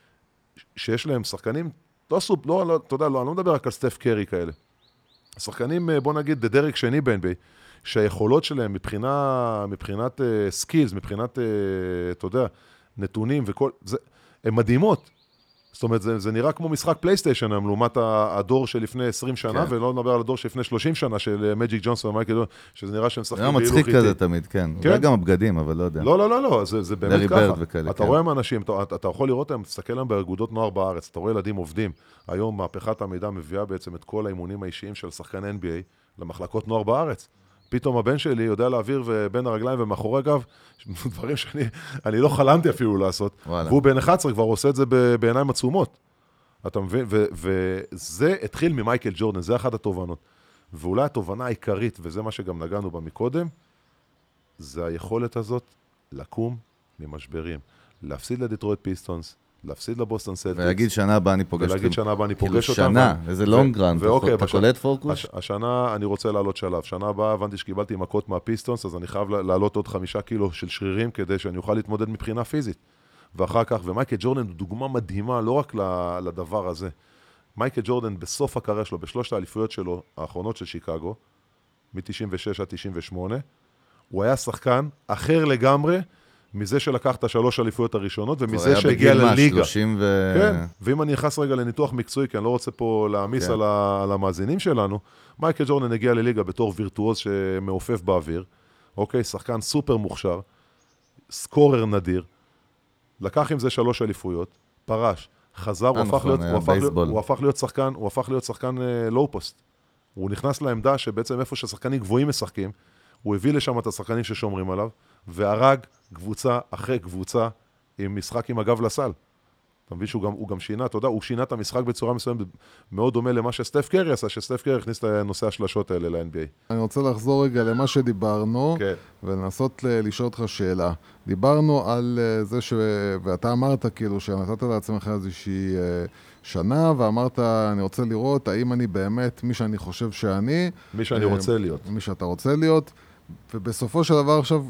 Speaker 4: שיש להם שחקנים, לא סופ, לא, לא, אתה יודע, לא, אני לא מדבר רק על סטף קרי כאלה. שחקנים, בוא נגיד, דרג שני ב-אן בי איי, שהיכולות שלהם מבחינה, מבחינת סקילס, uh, מבחינת, uh, אתה יודע, נתונים וכל, זה, הן מדהימות. זאת אומרת, זה, זה נראה כמו משחק פלייסטיישן, לעומת הדור שלפני עשרים שנה, כן. ולא נדבר על הדור שלפני שלושים שנה, של מג'יק ג'ונסון ומייקל ג'ונסון, שזה נראה שהם שחקים
Speaker 2: בהילוך איטי. מצחיק כזה תמיד, כן. כן? אולי גם הבגדים, אבל לא יודע.
Speaker 4: לא, לא, לא, לא, זה, זה באמת ככה.
Speaker 2: וכאלה,
Speaker 4: אתה
Speaker 2: כן.
Speaker 4: רואה עם אנשים, אתה, אתה יכול לראות הם, תסתכל להם באגודות נוער בארץ, אתה רואה ילדים עובדים. היום מהפכת המידע מביאה בעצם את כל האימונים האישיים של שחקן אן בי איי למחלקות נוער בארץ. פתאום הבן שלי יודע להעביר בין הרגליים ומאחורי גב, דברים שאני אני לא חלמתי אפילו לעשות. וואלה. והוא בן אחת עשרה כבר עושה את זה בעיניים עצומות. אתה מבין? ו- וזה התחיל ממייקל ג'ורדן, זה אחת התובנות. ואולי התובנה העיקרית, וזה מה שגם נגענו בה מקודם, זה היכולת הזאת לקום ממשברים. להפסיד לדיטרויט פיסטונס, להפסיד לבוסטון סלטיקס.
Speaker 2: ולהגיד שנה הבאה אני פוגש אותם.
Speaker 4: ולהגיד שנה הבאה אני פוגש אותם.
Speaker 2: שנה, איזה לונגרן, אתה קולט פורקוש?
Speaker 4: השנה אני רוצה לעלות שלב. שנה הבאה הבנתי שקיבלתי מכות מהפיסטונס, אז אני חייב לעלות עוד חמישה קילו של שרירים, כדי שאני אוכל להתמודד מבחינה פיזית. ואחר כך, ומייקל ג'ורדן הוא דוגמה מדהימה, לא רק לדבר הזה. מייקל ג'ורדן בסוף הקריירה שלו, בשלושת האליפויות שלו, האחרונות של שיקגו, מ-תשעים ושש עד תשעים ושמונה, הוא היה שחקן אחר לגמרי, מזה שלקח את השלוש האליפויות הראשונות, ומזה שהגיע לליגה.
Speaker 2: ו...
Speaker 4: כן, ואם אני נכנס רגע לניתוח מקצועי, כי אני לא רוצה פה להעמיס כן. על, ה- על המאזינים שלנו, מייקל ג'ורדן הגיע לליגה בתור וירטואוז שמעופף באוויר, אוקיי, שחקן סופר מוכשר, סקורר נדיר, לקח עם זה שלוש אליפויות, פרש, חזר, הוא הפך, להיות, הוא, הפך להיות, הוא הפך להיות שחקן, הוא הפך להיות שחקן לואו פוסט. הוא נכנס לעמדה שבעצם איפה ששחקנים גבוהים משחקים, הוא הביא לשם את השחקנים ששומרים עליו, והרג קבוצה אחרי קבוצה עם משחק עם הגב לסל. אתה מבין שהוא גם, הוא גם שינה, אתה יודע, הוא שינה את המשחק בצורה מסוימת מאוד דומה למה שסטף קרי עשה, שסטף קרי הכניס את הנושא השלשות האלה ל-אן בי איי.
Speaker 3: אני רוצה לחזור רגע למה שדיברנו, כן. ולנסות לשאול אותך שאלה. דיברנו על זה ש... ואתה אמרת כאילו שנתת לעצמך איזושהי שנה, ואמרת, אני רוצה לראות האם אני באמת מי שאני חושב שאני.
Speaker 4: מי שאני רוצה להיות.
Speaker 3: מי שאתה רוצה להיות. ובסופו של דבר עכשיו,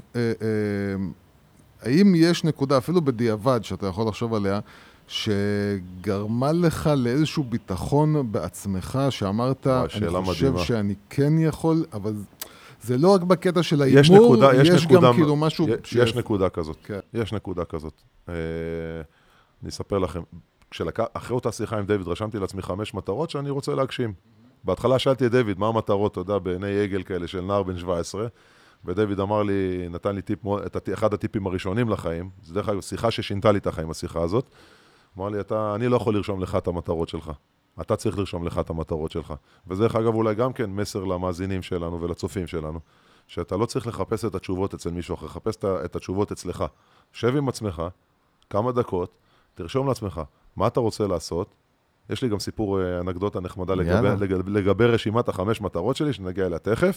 Speaker 3: האם יש נקודה, אפילו בדיעבד, שאתה יכול לחשוב עליה, שגרמה לך לאיזשהו ביטחון בעצמך, שאמרת, אני חושב מדהימה. שאני כן יכול, אבל זה לא רק בקטע של האימור, יש, נקודה, יש, יש נקודה, גם כאילו משהו...
Speaker 4: יש, ש... יש נקודה כזאת, כן. יש נקודה כזאת. אה, אני אספר לכם, כשלק... אחרי אותה שיחה עם דיוויד, רשמתי לעצמי חמש מטרות שאני רוצה להגשים. בהתחלה שאלתי את דיוויד, מה המטרות, אתה יודע, בעיני עגל כאלה של נער בן שבע עשרה, ודייוויד אמר לי, נתן לי טיפ, את אחד הטיפים הראשונים לחיים, זה דרך אגב שיחה ששינתה לי את החיים, השיחה הזאת. אמר לי, אתה, אני לא יכול לרשום לך את המטרות שלך. אתה צריך לרשום לך את המטרות שלך. וזה דרך אגב אולי גם כן מסר למאזינים שלנו ולצופים שלנו, שאתה לא צריך לחפש את התשובות אצל מישהו אחר, לחפש את התשובות אצלך. שב עם עצמך, כמה דקות, תרשום לעצמך מה אתה רוצה לעשות. יש לי גם סיפור אנקדוטה נחמדה לגבי, לגבי רשימת החמש מטרות שלי, שנגיע אליה תכף.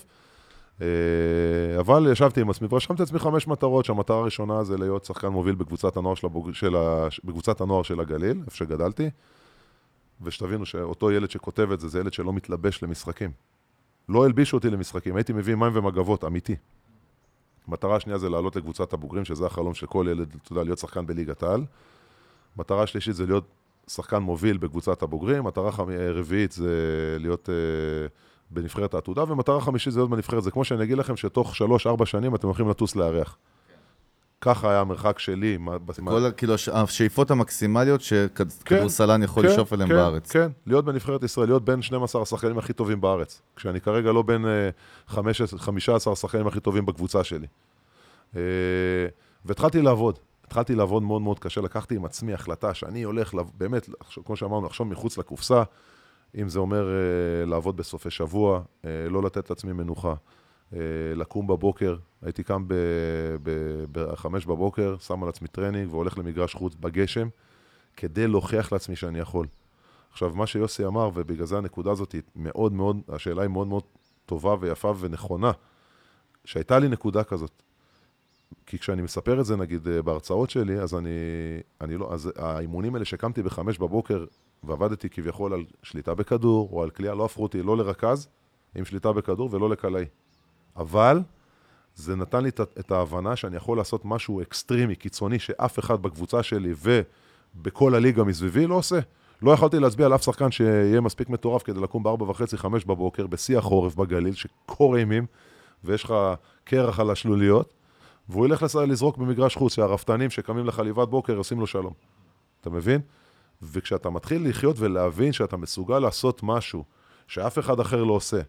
Speaker 4: אבל ישבתי עם עצמי, ורשמתי עצמי חמש מטרות, שהמטרה הראשונה זה להיות שחקן מוביל בקבוצת הנוער של, הבוג... של, ה... בקבוצת הנוער של הגליל, איפה שגדלתי, ושתבינו שאותו ילד שכותב את זה, זה ילד שלא מתלבש למשחקים. לא הלבישו אותי למשחקים, הייתי מביא מים ומגבות, אמיתי. מטרה השנייה זה לעלות לקבוצת הבוגרים, שזה החלום של כל ילד, אתה יודע, להיות שחקן בליגת העל. מטרה השלישית זה להיות שחקן מוביל בקבוצת הבוגרים, מטרה רביעית זה להיות... בנבחרת העתודה, ומטרה חמישית זה להיות בנבחרת. זה כמו שאני אגיד לכם שתוך שלוש, ארבע שנים אתם הולכים לטוס לארח. ככה היה המרחק שלי.
Speaker 2: כל כאילו השאיפות המקסימליות שכדורסלן יכול לשאוף אליהם בארץ.
Speaker 4: כן, להיות בנבחרת ישראל, להיות בין שנים עשר השחקנים הכי טובים בארץ. כשאני כרגע לא בין חמישה עשר השחקנים הכי טובים בקבוצה שלי. והתחלתי לעבוד. התחלתי לעבוד מאוד מאוד קשה. לקחתי עם עצמי החלטה שאני הולך, באמת, כמו שאמרנו, לחשוב מחוץ לקופסה, אם זה אומר uh, לעבוד בסופי שבוע, uh, לא לתת לעצמי מנוחה, uh, לקום בבוקר, הייתי קם בחמש בבוקר, שם על עצמי טרנינג והולך למגרש חוץ בגשם, כדי להוכיח לעצמי שאני יכול. עכשיו, מה שיוסי אמר, ובגלל זה הנקודה הזאת היא מאוד מאוד, השאלה היא מאוד מאוד טובה ויפה ונכונה, שהייתה לי נקודה כזאת. כי כשאני מספר את זה, נגיד, בהרצאות שלי, אז אני, אני לא, אז האימונים האלה שקמתי בחמש בבוקר, ועבדתי כביכול על שליטה בכדור, או על כלייה, לא הפכו אותי, לא לרכז, עם שליטה בכדור ולא לקלעי. אבל זה נתן לי את ההבנה שאני יכול לעשות משהו אקסטרימי, קיצוני, שאף אחד בקבוצה שלי ובכל הליגה מסביבי לא עושה. לא יכולתי להצביע על אף שחקן שיהיה מספיק מטורף כדי לקום בארבע וחצי, חמש בבוקר, בשיא החורף בגליל, שקור אימים, ויש לך קרח על השלוליות, והוא ילך לזרוק במגרש חוץ, שהרפתנים שקמים לחליבת בוקר עושים לו שלום. אתה מבין? וכשאתה מתחיל לחיות ולהבין שאתה מסוגל לעשות משהו שאף אחד אחר לא עושה,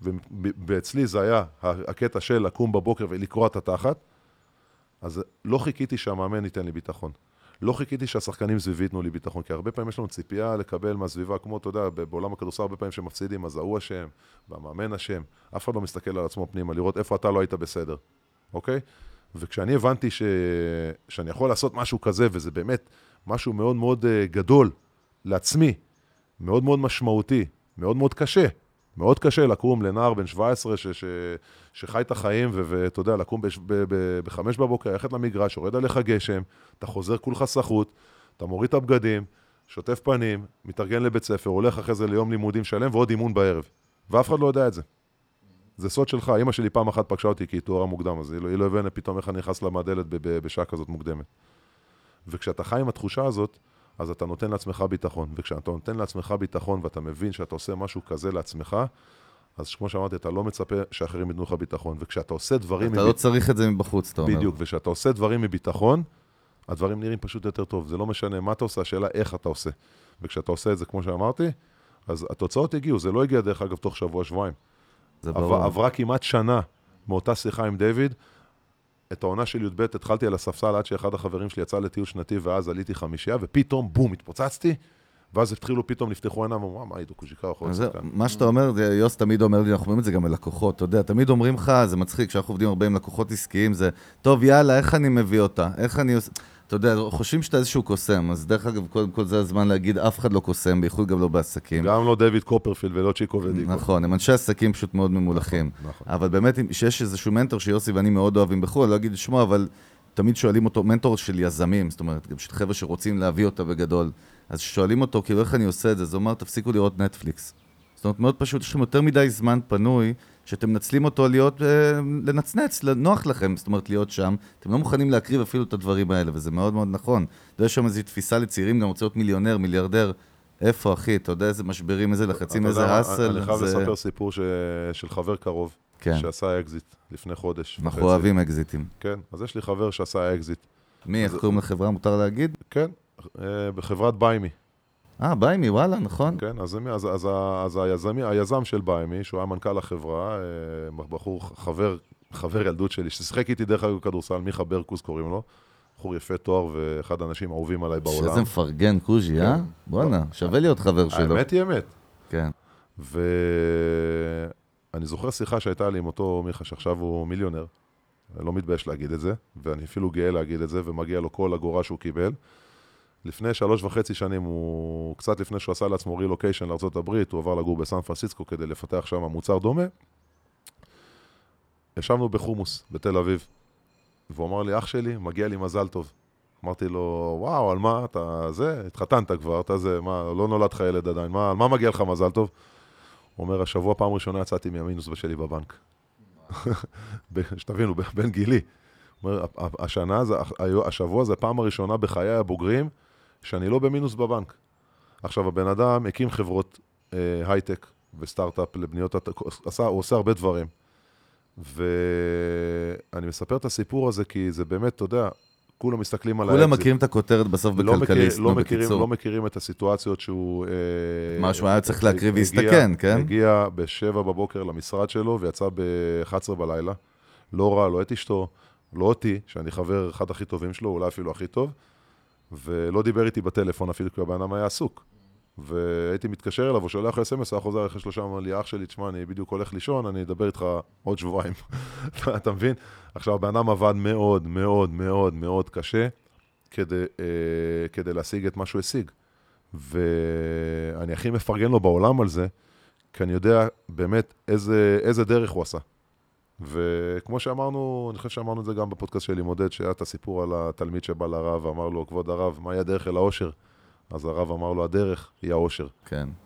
Speaker 4: ואצלי זה היה הקטע של לקום בבוקר ולקרוא את התחת, אז לא חיכיתי שהמאמן ייתן לי ביטחון. לא חיכיתי שהשחקנים סביבי ייתנו לי ביטחון, כי הרבה פעמים יש לנו ציפייה לקבל מהסביבה, כמו אתה יודע, בעולם הכדורסל הרבה פעמים שמפסידים, אז ההוא השם, והמאמן השם, אף אחד לא מסתכל על עצמו פנימה, לראות איפה אתה לא היית בסדר, אוקיי? וכשאני הבנתי ש... שאני יכול לעשות משהו כזה, וזה באמת משהו מאוד מאוד גדול לעצמי, מאוד מאוד משמעותי, מאוד מאוד קשה, מאוד קשה לקום לנער בן שבע עשרה ש... ש... שחי את החיים, ואתה יודע, לקום ב... ב... ב... בחמש בבוקר, ללכת למגרש, יורד עליך גשם, אתה חוזר כולך סחוט, אתה מוריד את הבגדים, שוטף פנים, מתארגן לבית ספר, הולך אחרי זה ליום לימודים שלם, ועוד אימון בערב. ואף אחד לא יודע את זה. זה סוד שלך. אמא שלי פעם אחת פגשה אותי כי היא תוארה מוקדם, אז היא לא, היא לא הבנה פתאום איך אני נכנס למעדלת ב... ב... בשעה כזאת מוקדמת. וכשאתה חי עם התחושה הזאת, אז אתה נותן לעצמך ביטחון. וכשאתה נותן לעצמך ביטחון ואתה מבין שאתה עושה משהו כזה לעצמך, אז כמו שאמרתי, אתה לא מצפה שאחרים יתנו לך ביטחון. וכשאתה עושה דברים...
Speaker 2: אתה מב... לא צריך את זה מבחוץ, אתה אומר.
Speaker 4: בדיוק, וכשאתה עושה דברים מביטחון, הדברים נראים פשוט יותר טוב. זה לא משנה מה אתה עושה, השאלה איך אתה עושה. וכשאתה עושה את זה, כמו שאמרתי, אז התוצאות הגיעו. זה לא הגיע דרך אגב תוך שבוע, שבועיים.
Speaker 2: זה ברור.
Speaker 4: עברה כמעט שנה מאותה שיחה עם דיוויד. את העונה של י"ב התחלתי על הספסל עד שאחד החברים שלי יצא לטיול שנתי, ואז עליתי חמישייה, ופתאום, בום, התפוצצתי, ואז התחילו פתאום, נפתחו עיניים, אמרו, מה, עידו קוז'יקה יכול לעשות כאן?
Speaker 2: מה שאתה אומר, יוס תמיד אומר לי, אנחנו אומרים את זה גם ללקוחות, אתה יודע, תמיד אומרים לך, זה מצחיק, כשאנחנו עובדים הרבה עם לקוחות עסקיים, זה, טוב, יאללה, איך אני מביא אותה? איך אני עושה... אתה יודע, חושבים שאתה איזשהו קוסם, אז דרך אגב, קודם כל זה הזמן להגיד, אף אחד לא קוסם, בייחוד גם לא בעסקים.
Speaker 4: גם לא דיוויד קופרפילד ולא צ'יקו ודיקו.
Speaker 2: נכון, הם אנשי עסקים פשוט מאוד ממולכים.
Speaker 4: נכון.
Speaker 2: אבל באמת, שיש איזשהו מנטור שיוסי ואני מאוד אוהבים בחו"ל, אני לא אגיד לשמוע, אבל תמיד שואלים אותו, מנטור של יזמים, זאת אומרת, גם של חבר'ה שרוצים להביא אותה בגדול, אז שואלים אותו, כאילו, איך אני עושה את זה? זה אומר, תפסיקו לראות נטפליקס. זאת אומרת, מאוד פשוט, יש לכם יותר מדי זמן פנוי, שאתם מנצלים אותו להיות, אה, לנצנץ, נוח לכם, זאת אומרת, להיות שם. אתם לא מוכנים להקריב אפילו את הדברים האלה, וזה מאוד מאוד נכון. אתה יודע, יש שם איזו תפיסה לצעירים, גם רוצה להיות מיליונר, מיליארדר. איפה, אחי? אתה יודע איזה משברים, איזה לחצים, איזה האסל.
Speaker 4: אני חייב
Speaker 2: זה...
Speaker 4: לספר סיפור ש... של חבר קרוב,
Speaker 2: כן.
Speaker 4: שעשה אקזיט לפני חודש.
Speaker 2: אנחנו
Speaker 4: וחצי.
Speaker 2: אוהבים אקזיטים.
Speaker 4: כן, אז יש לי חבר שעשה אקזיט.
Speaker 2: מי, איך קוראים לחברה, מותר להגיד?
Speaker 4: כן, אה, בחברת ביימי.
Speaker 2: אה, ביימי, וואלה, נכון.
Speaker 4: כן, אז, אז, אז, אז היזמי, היזם של ביימי, שהוא היה מנכ"ל החברה, בחור, חבר, חבר ילדות שלי, ששיחק איתי דרך אגב כדורסל, מיכה ברקוס קוראים לו, בחור יפה תואר ואחד האנשים האהובים עליי בעולם.
Speaker 2: שזה מפרגן קוז'י, אה? בואנה, שווה להיות חבר שלו.
Speaker 4: האמת היא אמת.
Speaker 2: כן.
Speaker 4: ואני זוכר שיחה שהייתה לי עם אותו מיכה, שעכשיו הוא מיליונר, אני לא מתבייש להגיד את זה, ואני אפילו גאה להגיד את זה, ומגיע לו כל אגורה שהוא קיבל. לפני שלוש וחצי שנים, הוא, קצת לפני שהוא עשה לעצמו רילוקיישן לארצות הברית, הוא עבר לגור בסן פרנסיסקו כדי לפתח שם מוצר דומה. ישבנו בחומוס בתל אביב, והוא אמר לי, אח שלי, מגיע לי מזל טוב. אמרתי לו, וואו, על מה אתה זה? התחתנת כבר, אתה זה, מה, לא נולד לך ילד עדיין, מה, על מה מגיע לך מזל טוב? הוא אומר, השבוע פעם ראשונה יצאתי מהמינוס בשלי בבנק. שתבינו, בין גילי. הוא אומר, השנה, השבוע זה פעם הראשונה בחיי הבוגרים, שאני לא במינוס בבנק. עכשיו, הבן אדם הקים חברות אה, הייטק וסטארט-אפ לבניות, עשה, הוא עושה הרבה דברים. ואני מספר את הסיפור הזה, כי זה באמת, אתה יודע, כולם מסתכלים על האקזיט.
Speaker 2: כולם מכירים את הכותרת בסוף
Speaker 4: לא
Speaker 2: בכלכליסט,
Speaker 4: מכיר, לא,
Speaker 2: לא
Speaker 4: מכירים,
Speaker 2: בקיצור.
Speaker 4: לא מכירים את הסיטואציות שהוא... אה,
Speaker 2: משהו היה צריך להקריב והסתכן, כן?
Speaker 4: הגיע בשבע בבוקר למשרד שלו, ויצא ב-אחת עשרה בלילה. לא רע, לא את אשתו, לא אותי, שאני חבר אחד הכי טובים שלו, אולי אפילו הכי טוב, ולא דיבר איתי בטלפון אפילו, כי הבן אדם היה עסוק. והייתי מתקשר אליו, הוא שולח אס אם אס, הוא חוזר אחרי שלושה, אמר לי, אח שלי, תשמע, אני בדיוק הולך לישון, אני אדבר איתך עוד שבועיים. אתה מבין? עכשיו, הבן אדם עבד מאוד, מאוד, מאוד, מאוד קשה, כדי, אה, כדי להשיג את מה שהוא השיג. ואני הכי מפרגן לו בעולם על זה, כי אני יודע באמת איזה, איזה דרך הוא עשה. וכמו שאמרנו, אני חושב שאמרנו את זה גם בפודקאסט שלי, מודד, שהיה את הסיפור על התלמיד שבא לרב, ואמר לו, כבוד הרב, מהי הדרך אל האושר? אז הרב אמר לו, הדרך היא האושר.
Speaker 2: כן.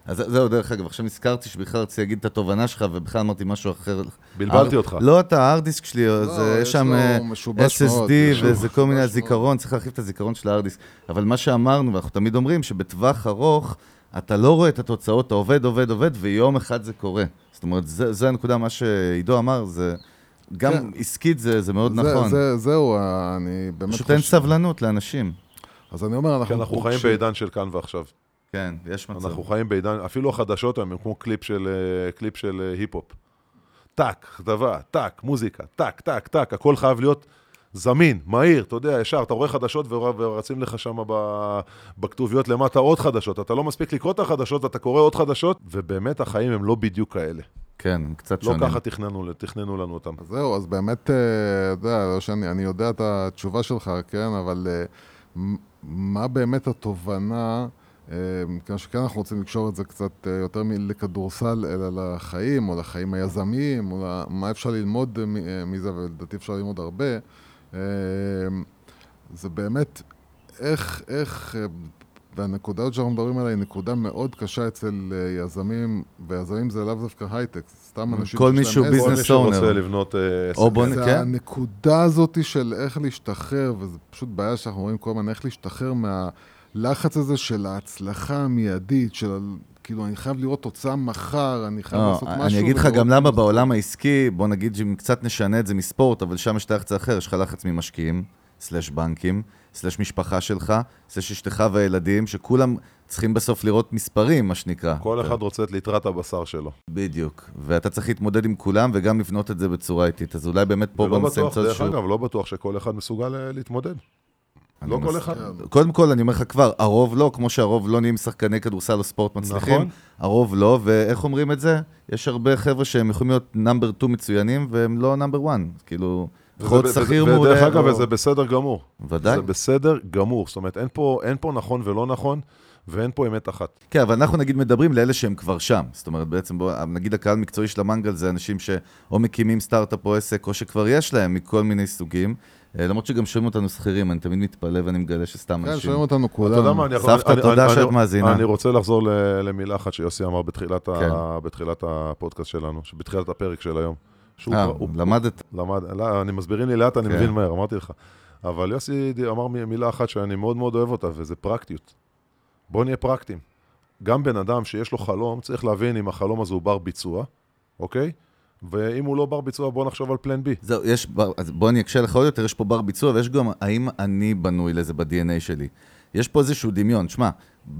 Speaker 2: אז זהו, דרך אגב, עכשיו נזכרתי שבכלל רציתי להגיד את התובנה שלך, ובכלל אמרתי משהו אחר.
Speaker 4: בלבלתי אותך.
Speaker 2: לא, אתה, הארדיסק שלי, יש שם אס אס די וזה כל מיני זיכרון, צריך להרחיב את הזיכרון של הארדיסק. אבל מה שאמרנו, ואנחנו תמיד אומרים, שבטווח ארוך, אתה לא רואה את התוצאות, אתה עובד, עובד, עובד, ויום אחד זה קורה. זאת אומרת, זה הנקודה, מה שעידו אמר, זה... גם עסקית זה מאוד נכון.
Speaker 3: זהו, אני באמת חושב...
Speaker 2: פשוט אין סבלנות לאנשים.
Speaker 3: אז אני אומר, אנחנו...
Speaker 4: אנחנו חיים בעידן של כאן ועכשיו.
Speaker 2: כן, יש מצב.
Speaker 4: אנחנו חיים בעידן, אפילו החדשות הם כמו קליפ של, קליפ של היפ-הופ. טק, כתבה, טק, מוזיקה, טק, טק, טק, הכל חייב להיות זמין, מהיר, אתה יודע, ישר, אתה רואה חדשות ורצים לך שם בכתוביות למטה עוד חדשות. אתה לא מספיק לקרוא את החדשות, אתה קורא עוד חדשות, ובאמת החיים הם לא בדיוק כאלה.
Speaker 2: כן, הם קצת שונים.
Speaker 4: לא ככה תכננו, תכננו לנו אותם.
Speaker 3: אז זהו, אז באמת, יודע, לא שאני, אני יודע את התשובה שלך, כן, אבל מה באמת התובנה, מכיוון שכן אנחנו רוצים לקשור את זה קצת יותר לכדורסל, אלא לחיים, או לחיים היזמיים, או מה אפשר ללמוד מזה, ולדעתי אפשר ללמוד הרבה, זה באמת איך, איך, והנקודה הזאת שאנחנו מדברים עליה היא נקודה מאוד קשה אצל יזמים, ויזמים זה לאו דווקא הייטק, סתם אנשים
Speaker 2: כל מישהו ביזנס אונר.
Speaker 4: כל מישהו רוצה לבנות
Speaker 2: עסק.
Speaker 3: זה הנקודה הזאת של איך להשתחרר, וזה פשוט בעיה שאנחנו רואים כל הזמן, איך להשתחרר מהלחץ הזה של ההצלחה המיידית, של כאילו אני חייב לראות תוצאה מחר, אני חייב לעשות משהו.
Speaker 2: אני אגיד לך גם למה בעולם העסקי, בוא נגיד שאם קצת נשנה את זה מספורט, אבל שם יש את לחץ אחר, יש לך לחץ ממשקיעים, סלש בנקים, סלש משפחה שלך, סלש אשתך והילדים, שכולם צריכים בסוף לראות מספרים, מה שנקרא.
Speaker 4: כל אחד רוצה את ליטרת הבשר שלו.
Speaker 2: בדיוק. ואתה צריך להתמודד עם כולם, וגם לבנות את זה בצורה איטית. אז אולי באמת פה
Speaker 4: במסיים צד שהוא... דרך אגב, לא בטוח שכל אחד מסוגל להתמודד. לא כל אחד.
Speaker 2: קודם כל, אני אומר לך כבר, הרוב לא, כמו שהרוב לא נהיים שחקני כדורסל או ספורט מצליחים. הרוב לא, ואיך אומרים את זה? יש הרבה חבר'ה שהם יכולים להיות נאמבר טו מצוינים, והם לא נאמבר וואן. כאילו...
Speaker 4: ודרך אגב, וזה בסדר גמור.
Speaker 2: ודאי.
Speaker 4: זה בסדר גמור. זאת אומרת, אין פה, אין פה נכון ולא נכון, ואין פה אמת אחת.
Speaker 2: כן, אבל אנחנו נגיד מדברים לאלה שהם כבר שם. זאת אומרת, בעצם, בוא, נגיד הקהל מקצועי של המנגל זה אנשים שאו מקימים סטארט-אפ או עסק, או שכבר יש להם מכל מיני סוגים. למרות שגם שומעים אותנו שכירים, אני תמיד מתפלא ואני מגלה שסתם אנשים.
Speaker 3: כן, שומעים אותנו כולם.
Speaker 2: סבתא, תודה שאת מאזינה.
Speaker 4: אני רוצה לחזור למילה אחת שיוסי אמר בתחילת הפודקאסט שלנו, בתחילת הפרק של היום.
Speaker 2: אה, למדת.
Speaker 4: למד, לא, אני מסבירים לי לאט, אני מבין מהר, אמרתי לך. אבל יוסי אמר מילה אחת שאני מאוד מאוד אוהב אותה, וזה פרקטיות. בוא נהיה פרקטיים. גם בן אדם שיש לו חלום, צריך להבין אם החלום הזה הוא בר ביצוע, אוקיי? ואם הוא לא בר ביצוע, בוא נחשוב על פלן בי.
Speaker 2: זהו, יש בר, אז בוא אני אקשה לך עוד יותר, יש פה בר ביצוע, ויש גם, האם אני בנוי לזה ב-די אן איי שלי? יש פה איזשהו דמיון, שמה,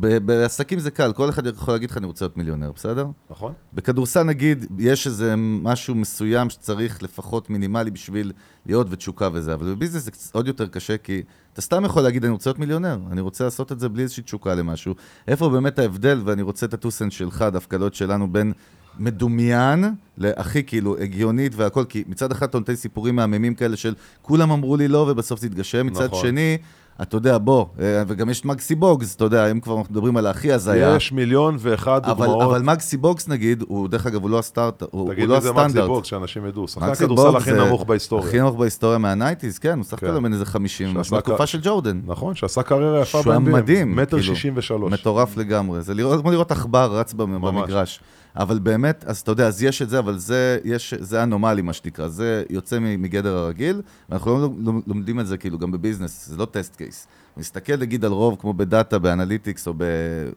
Speaker 2: בעסקים זה קל, כל אחד יכול להגיד לך, אני רוצה להיות מיליונר, בסדר?
Speaker 4: נכון.
Speaker 2: בכדורסל נגיד, יש איזה משהו מסוים שצריך לפחות מינימלי בשביל להיות ותשוקה וזה, אבל בביזנס זה עוד יותר קשה, כי אתה סתם יכול להגיד, אני רוצה להיות מיליונר, אני רוצה לעשות את זה בלי איזושהי תשוקה למשהו. איפה באמת ההבדל, ואני רוצה את הטוסן שלך, דווקא לא שלנו, בין מדומיין להכי כאילו הגיונית והכל, כי מצד אחד אתה נותן סיפורים מהממים כאלה של כולם אמרו לי לא ובסוף זה התגשם, מצד נכון. שני, אתה יודע, בוא, וגם יש מגסי בוגס, אתה יודע, אם כבר אנחנו מדברים על הכי הזיה.
Speaker 4: יש מיליון ואחד דוגמאות.
Speaker 2: אבל, אבל מגסי בוגס נגיד, הוא דרך אגב, הוא לא הסטארט, הוא, הוא לא הסטנדרט.
Speaker 4: תגיד איזה מגסי בוגס, שאנשים ידעו. שחקן הכדורסל הכי נמוך בהיסטוריה.
Speaker 2: הכי נמוך בהיסטוריה מה-ניינטיז, כן, הוא שחקן לו בין איזה חמישים, משהו בתקופה של ג'ורדן.
Speaker 4: נכון, שעשה קריירה יפה
Speaker 2: שהוא מדהים.
Speaker 4: מטר שישים ושלוש.
Speaker 2: מטורף לגמרי. זה כמו לראות עכבר רץ במגרש. אבל באמת, אז אתה יודע, אז יש את זה, אבל זה, יש, זה אנומלי, מה שתקרא, זה יוצא מגדר הרגיל, ואנחנו לא לומדים את זה כאילו גם בביזנס, זה לא טסט קייס. נסתכל נגיד על רוב, כמו בדאטה, באנליטיקס, או ב,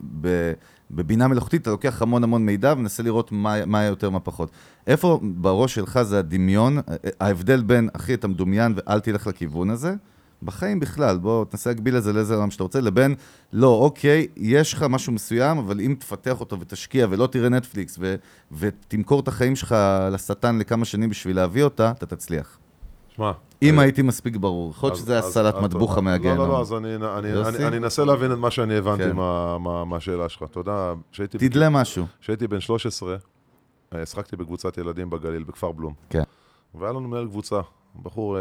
Speaker 2: ב, בבינה מלאכותית, אתה לוקח המון המון מידע, ונסה לראות מה, מה יותר, מה פחות. איפה בראש שלך זה הדמיון, ההבדל בין, אחי, אתה מדומיין, ואל תלך לכיוון הזה, בחיים בכלל, בוא תנסה להגביל את זה לאיזה עולם שאתה רוצה, לבין, לא, אוקיי, יש לך משהו מסוים, אבל אם תפתח אותו ותשקיע ולא תראה נטפליקס ו- ותמכור את החיים שלך לשטן לכמה שנים בשביל להביא אותה, אתה תצליח.
Speaker 4: שמה.
Speaker 2: אם הייתי מספיק ברור, יכול להיות שזה היה סלט מטבוך המהגן.
Speaker 4: לא, לא, לא, אז אני אנסה להבין את מה שאני הבנתי מהשאלה שלך. אתה יודע,
Speaker 2: תדלה משהו.
Speaker 4: כשהייתי בן שלוש עשרה, השחקתי בקבוצת ילדים בגליל, בכפר בלום.
Speaker 2: כן.
Speaker 4: והיה לנו מנהל קבוצה. בחור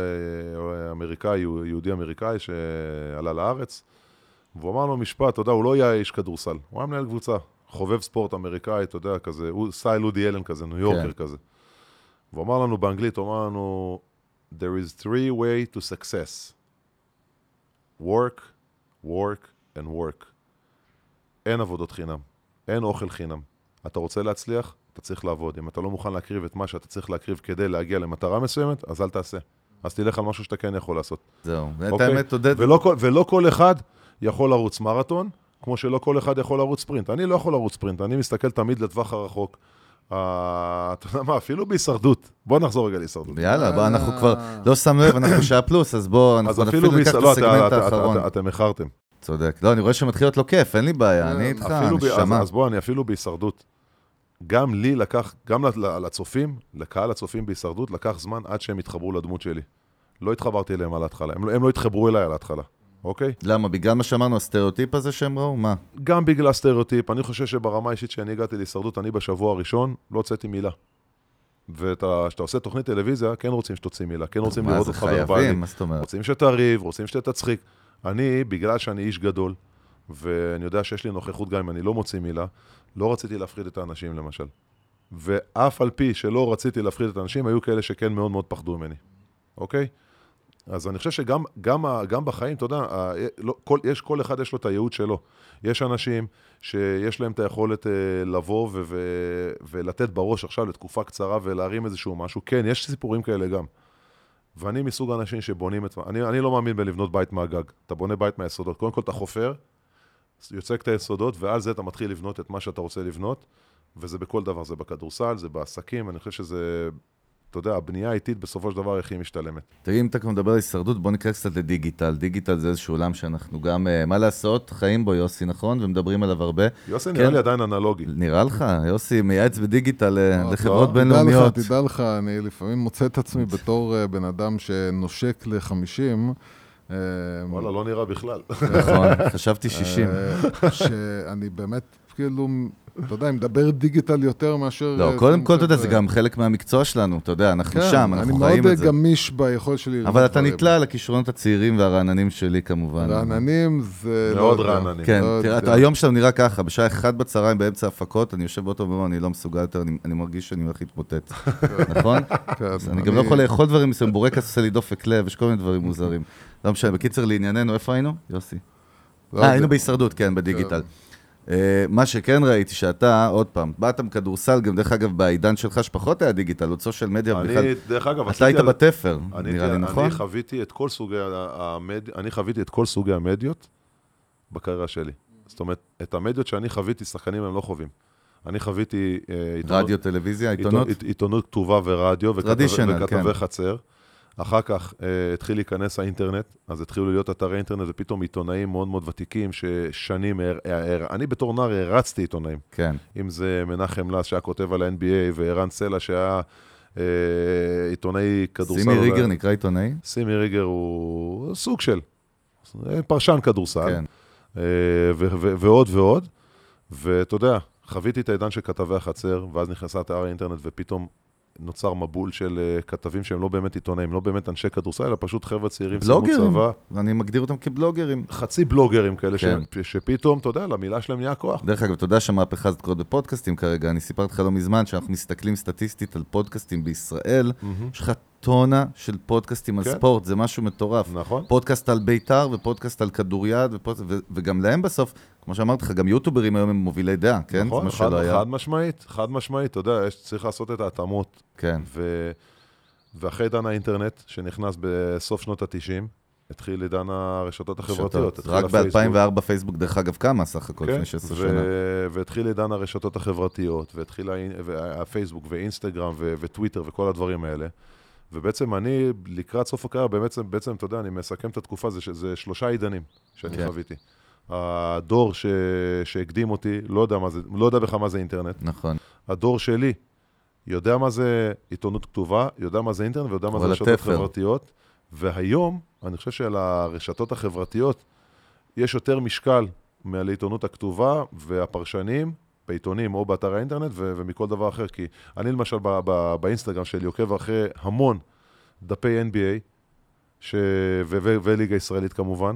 Speaker 4: אמריקאי, יהודי אמריקאי שעלה לארץ, והוא אמר לו משפט, אתה יודע, הוא לא היה איש כדורסל, הוא היה מנהל קבוצה, חובב ספורט אמריקאי, אתה יודע, כזה, סייל אודי אלן כזה, ניו יורקר כזה. והוא אמר לנו באנגלית, הוא אמר לנו, there is three way to success. work, work and work. אין עבודות חינם. אין אוכל חינם. אתה רוצה להצליח, אתה צריך לעבוד. אם אתה לא מוכן להקריב את מה שאתה צריך להקריב כדי להגיע למטרה מסוימת, אז אל תעשה. אז תלך על משהו שאתה כן יכול לעשות.
Speaker 2: זהו. ואת
Speaker 4: אוקיי?
Speaker 2: האמת, תודד.
Speaker 4: ולא כל, ולא כל אחד יכול לרוץ מרתון, כמו שלא כל אחד יכול לרוץ ספרינט. אני לא יכול לרוץ ספרינט, אני מסתכל תמיד לטווח הרחוק. אתה יודע מה, אפילו בהישרדות. בוא נחזור רגע להישרדות.
Speaker 2: יאללה, בוא, אנחנו כבר לא שמנו לב, אנחנו שעה פלוס, אז בוא, אנחנו אפילו ניקח את הסגמנט האחרון.
Speaker 4: אתם איחרתם.
Speaker 2: צודק. לא, אני רואה שמתחיל להיות לו כיף, אין לי בעיה, אני איתך, נשמה.
Speaker 4: אז בוא, אני אפילו בהישרדות. גם לי לקח, גם לצופים, לקהל הצופים בהישרדות, לקח זמן עד שהם התחברו לדמות שלי. לא התחברתי אליהם על ההתחלה, הם לא התחברו אליי על ההתחלה. אוקיי?
Speaker 2: למה? בגלל מה שאמרנו, הסטריאוטיפ הזה שהם ראו? מה?
Speaker 4: גם בגלל הסטריאוטיפ. אני חושב שברמה האישית שאני הגעתי להישרדות, אני בשבוע הראשון לא הוצאתי מילה. וכשאתה עושה תוכנית טלוויזיה, כן רוצים שתוציא מילה, כן רוצים לראות אותך ורבלי. רוצים שתריב, רוצים שתצחיק. אני, בגלל שאני איש גדול, ואני יודע שיש לי נוכחות גם אם אני לא מוציא מילה, לא רציתי להפחיד את האנשים למשל. ואף על פי שלא רציתי להפחיד את האנשים, היו כאלה שכן מאוד מאוד פחדו ממני. אוקיי? אז אני חושב שגם גם, גם בחיים, אתה יודע, לא, כל, יש, כל אחד יש לו את הייעוד שלו. יש אנשים שיש להם את היכולת לבוא ו, ו, ולתת בראש עכשיו לתקופה קצרה ולהרים איזשהו משהו. כן, יש סיפורים כאלה גם. ואני מסוג האנשים שבונים את... אני, אני לא מאמין בלבנות בית מהגג. אתה בונה בית מהיסודות. קודם כל אתה חופר, יוצק את היסודות, ועל זה אתה מתחיל לבנות את מה שאתה רוצה לבנות, וזה בכל דבר. זה בכדורסל, זה בעסקים. אני חושב שזה... אתה יודע, הבנייה האיטית בסופו של דבר הכי משתלמת.
Speaker 2: תראי, אם אתה כבר מדבר על הישרדות, בוא נקרא קצת לדיגיטל. דיגיטל זה איזשהו עולם שאנחנו גם, מה לעשות, חיים בו יוסי, נכון? ומדברים עליו הרבה.
Speaker 4: יוסי נראה לי עדיין אנלוגי.
Speaker 2: נראה לך, יוסי מייעץ בדיגיטל לחברות בינלאומיות.
Speaker 3: תדע לך, אני לפעמים מוצא את עצמי בתור בן אדם שנושק ל-חמישים.
Speaker 4: וואלה, לא נראה בכלל.
Speaker 2: נכון, חשבתי שישים.
Speaker 3: שאני באמת, כאילו... אתה יודע, אם מדבר דיגיטל יותר מאשר...
Speaker 2: לא, קודם כל, אתה יודע, זה גם חלק מהמקצוע שלנו, אתה יודע, אנחנו שם, אנחנו חיים את זה.
Speaker 3: אני מאוד גמיש ביכולת שלי.
Speaker 2: אבל אתה נתלה על הכישרונות הצעירים והרעננים שלי, כמובן.
Speaker 3: רעננים זה...
Speaker 4: מאוד רעננים.
Speaker 2: כן, תראה, היום שלנו נראה ככה, בשעה אחת בצהריים באמצע הפקות, אני יושב באותו ואומר, אני לא מסוגל יותר, אני מרגיש שאני הולך להתמוטט. נכון? אני גם לא יכול לאכול דברים מסוים, בורקס עושה לי דופק לב, יש כל מיני דברים מוזרים. לא משנה, בקיצר לענייננו, איפה היינו? יוסי. אה, היינו בהישרדות, כן, בדיגיטל. מה שכן ראיתי שאתה, עוד פעם, באת מכדורסל, גם דרך אגב בעידן שלך שפחות היה דיגיטל, עוד סושיאל מדיה,
Speaker 4: אני, דרך אגב,
Speaker 2: אתה היית בתפר, נראה לי, נכון?
Speaker 4: אני חוויתי את כל סוגי המדיות, אני חוויתי את כל סוגי המדיות בקריירה שלי. זאת אומרת, את המדיות שאני חוויתי, שחקנים הם לא חווים. אני חוויתי
Speaker 2: רדיו, טלוויזיה, עיתונות?
Speaker 4: עיתונות כתובה ורדיו, וכתבי חצר. אחר כך uh, התחיל להיכנס האינטרנט, אז התחילו להיות אתרי אינטרנט, ופתאום עיתונאים מאוד מאוד ותיקים, ששנים, הר, הר, אני בתור נער הרצתי עיתונאים. כן. אם זה מנחם לס, שהיה כותב על ה-אן בי איי, וערן סלע, שהיה uh, עיתונאי כדורסל.
Speaker 2: סימי ריגר נקרא עיתונאי?
Speaker 4: סימי ריגר הוא סוג של, פרשן כדורסל. כן. Uh, ו- ו- ועוד ועוד. ואתה יודע, חוויתי את העידן של כתבי החצר, ואז נכנסה אתר האינטרנט, ופתאום... נוצר מבול של uh, כתבים שהם לא באמת עיתונאים, לא באמת אנשי כדורסל, אלא פשוט חבר'ה צעירים.
Speaker 2: בלוגרים, אני מגדיר אותם כבלוגרים.
Speaker 4: חצי בלוגרים כאלה, כן. ש, שפתאום, אתה יודע, למילה שלהם נהיה כוח.
Speaker 2: דרך אגב, אתה יודע שהמהפכה הזאת קורית בפודקאסטים כרגע, אני סיפרתי לך לא מזמן, שאנחנו מסתכלים סטטיסטית על פודקאסטים בישראל, mm-hmm. יש לך טונה של פודקאסטים כן. על ספורט, זה משהו מטורף. נכון. פודקאסט על ביתר ופודקאסט על כדוריד, ופודקאסט, ו, וגם להם בסוף, כמו שאמרתי לך, גם יוטוברים היום הם מובילי דעה, כן?
Speaker 4: נכון, חד, חד משמעית, חד משמעית, אתה יודע, יש, צריך לעשות את ההתאמות.
Speaker 2: כן.
Speaker 4: ו... ואחרי עידן האינטרנט, שנכנס בסוף שנות ה-תשעים, התחיל עידן הרשתות החברתיות.
Speaker 2: רק ב-אלפיים וארבע פייסבוק, דרך אגב, כמה סך הכל, לפני שש עשרה שנה.
Speaker 4: והתחיל עידן הרשתות החברתיות, והתחיל הפייסבוק ואינסטגרם וטוויטר וכל הדברים האלה. ובעצם אני, לקראת סוף הקריירה, בעצם, בעצם, אתה יודע, אני מסכם את התקופה, זה, זה שלושה עידנים שאני כן. חוויתי. הדור ש... שהקדים אותי, לא יודע מה זה, לא יודע בכלל מה זה אינטרנט.
Speaker 2: נכון.
Speaker 4: הדור שלי, יודע מה זה עיתונות כתובה, יודע מה זה אינטרנט, ויודע מה זה רשתות חברתיות. והיום, אני חושב שלרשתות החברתיות, יש יותר משקל מהעיתונות הכתובה, והפרשנים, בעיתונים או באתר האינטרנט, ו- ומכל דבר אחר, כי אני למשל ב- ב- באינסטגרם שלי עוקב אחרי המון דפי אן בי איי, ש- ו- ו- וליגה ישראלית כמובן,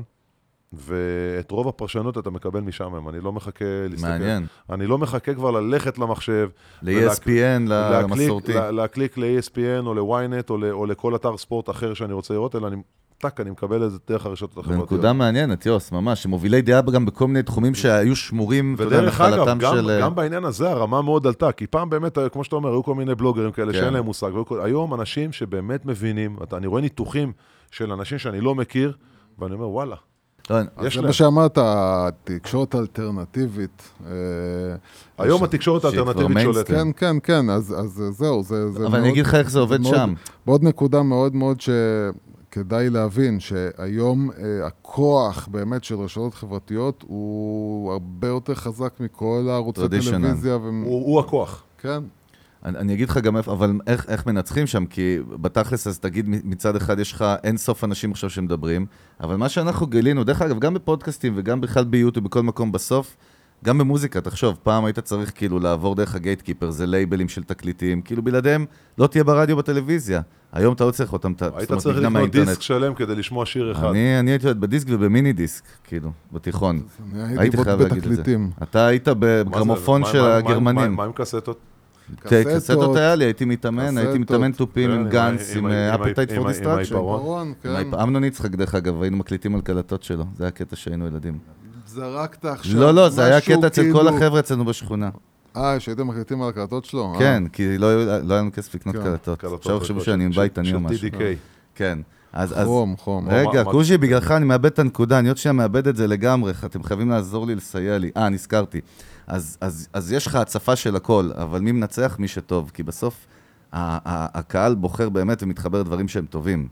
Speaker 4: ואת רוב הפרשנות אתה מקבל משם, אני לא מחכה להסתכל.
Speaker 2: מעניין.
Speaker 4: אני לא מחכה כבר ללכת למחשב.
Speaker 2: ל-אי אס פי אן, למסורתי.
Speaker 4: להקליק ל-אי אס פי אן או ל-וויינט או, ל- או לכל אתר ספורט אחר שאני רוצה לראות, אלא אני טק, אני מקבל את זה דרך הרשתות החברתיות.
Speaker 2: בנקודה מעניינת, יוס, ממש, שמובילי דעה גם בכל מיני תחומים שהיו שמורים,
Speaker 4: ודרך אגב, גם, של... גם בעניין הזה הרמה מאוד עלתה, כי פעם באמת, כמו שאתה אומר, היו כל מיני בלוגרים כאלה כן. שאין להם מושג, היום אנשים שבאמת מבינים, אני רואה ניתוחים של אנשים שאני לא מכיר, ואני אומר, וואלה.
Speaker 3: זה מה שאמרת, התקשורת האלטרנטיבית.
Speaker 4: היום התקשורת האלטרנטיבית שולטת.
Speaker 3: כן, כן, כן, אז זהו.
Speaker 2: אבל אני אגיד לך איך זה עובד שם.
Speaker 3: בעוד נקודה מאוד מאוד שכדאי להבין, שהיום הכוח באמת של רשתות חברתיות הוא הרבה יותר חזק מכל הערוצי טלוויזיה.
Speaker 4: הוא הכוח.
Speaker 3: כן.
Speaker 2: אני, אני אגיד לך גם איפה, אבל איך, איך מנצחים שם, כי בתכלס אז תגיד מצד אחד יש לך אין סוף אנשים עכשיו שמדברים, אבל מה שאנחנו גילינו, דרך אגב, גם בפודקאסטים וגם בכלל ביוטיוב, בכל מקום בסוף, גם במוזיקה, תחשוב, פעם היית צריך כאילו לעבור דרך הגייטקיפר, זה לייבלים של תקליטים, כאילו בלעדיהם לא תהיה ברדיו בטלוויזיה. היום אתה לא צריך אותם,
Speaker 4: היית צריך לקנות דיסק שלם כדי לשמוע שיר אחד.
Speaker 2: אני, אני הייתי בדיסק ובמיני דיסק, כאילו, בתיכון.
Speaker 3: הייתי חייב להגיד את זה.
Speaker 2: אתה היית בגרמופון של הגרמנים.
Speaker 4: מה עם קסטות?
Speaker 2: קסטות היה לי, הייתי מתאמן, הייתי מתאמן טופים עם גאנס, עם אפטייט פור דיסטרקשן. אמנון יצחק, דרך אגב, היינו מקליטים על קלטות שלו, זה היה קטע שהיינו ילדים.
Speaker 3: זרקת עכשיו
Speaker 2: לא, לא, זה היה קטע אצל כל החבר'ה אצלנו בשכונה.
Speaker 3: אה, שהייתם מקליטים על הקלטות שלו?
Speaker 2: כן, כי לא היה לנו כסף לקנות קלטות. עכשיו חשבו שאני עם בית אני או משהו.
Speaker 4: של טי די קיי.
Speaker 2: כן.
Speaker 3: חום, חום.
Speaker 2: רגע, קוז'י, בגללך אני מאבד את הנקודה, אני עוד שנייה מאבד את זה לגמרי, אתם חייבים לעזור לי לסייע לי. אה, נזכרתי. אז, אז, אז יש לך הצפה של הכל, אבל מי מנצח? מי שטוב, כי בסוף הקהל בוחר באמת ומתחבר לדברים שהם טובים.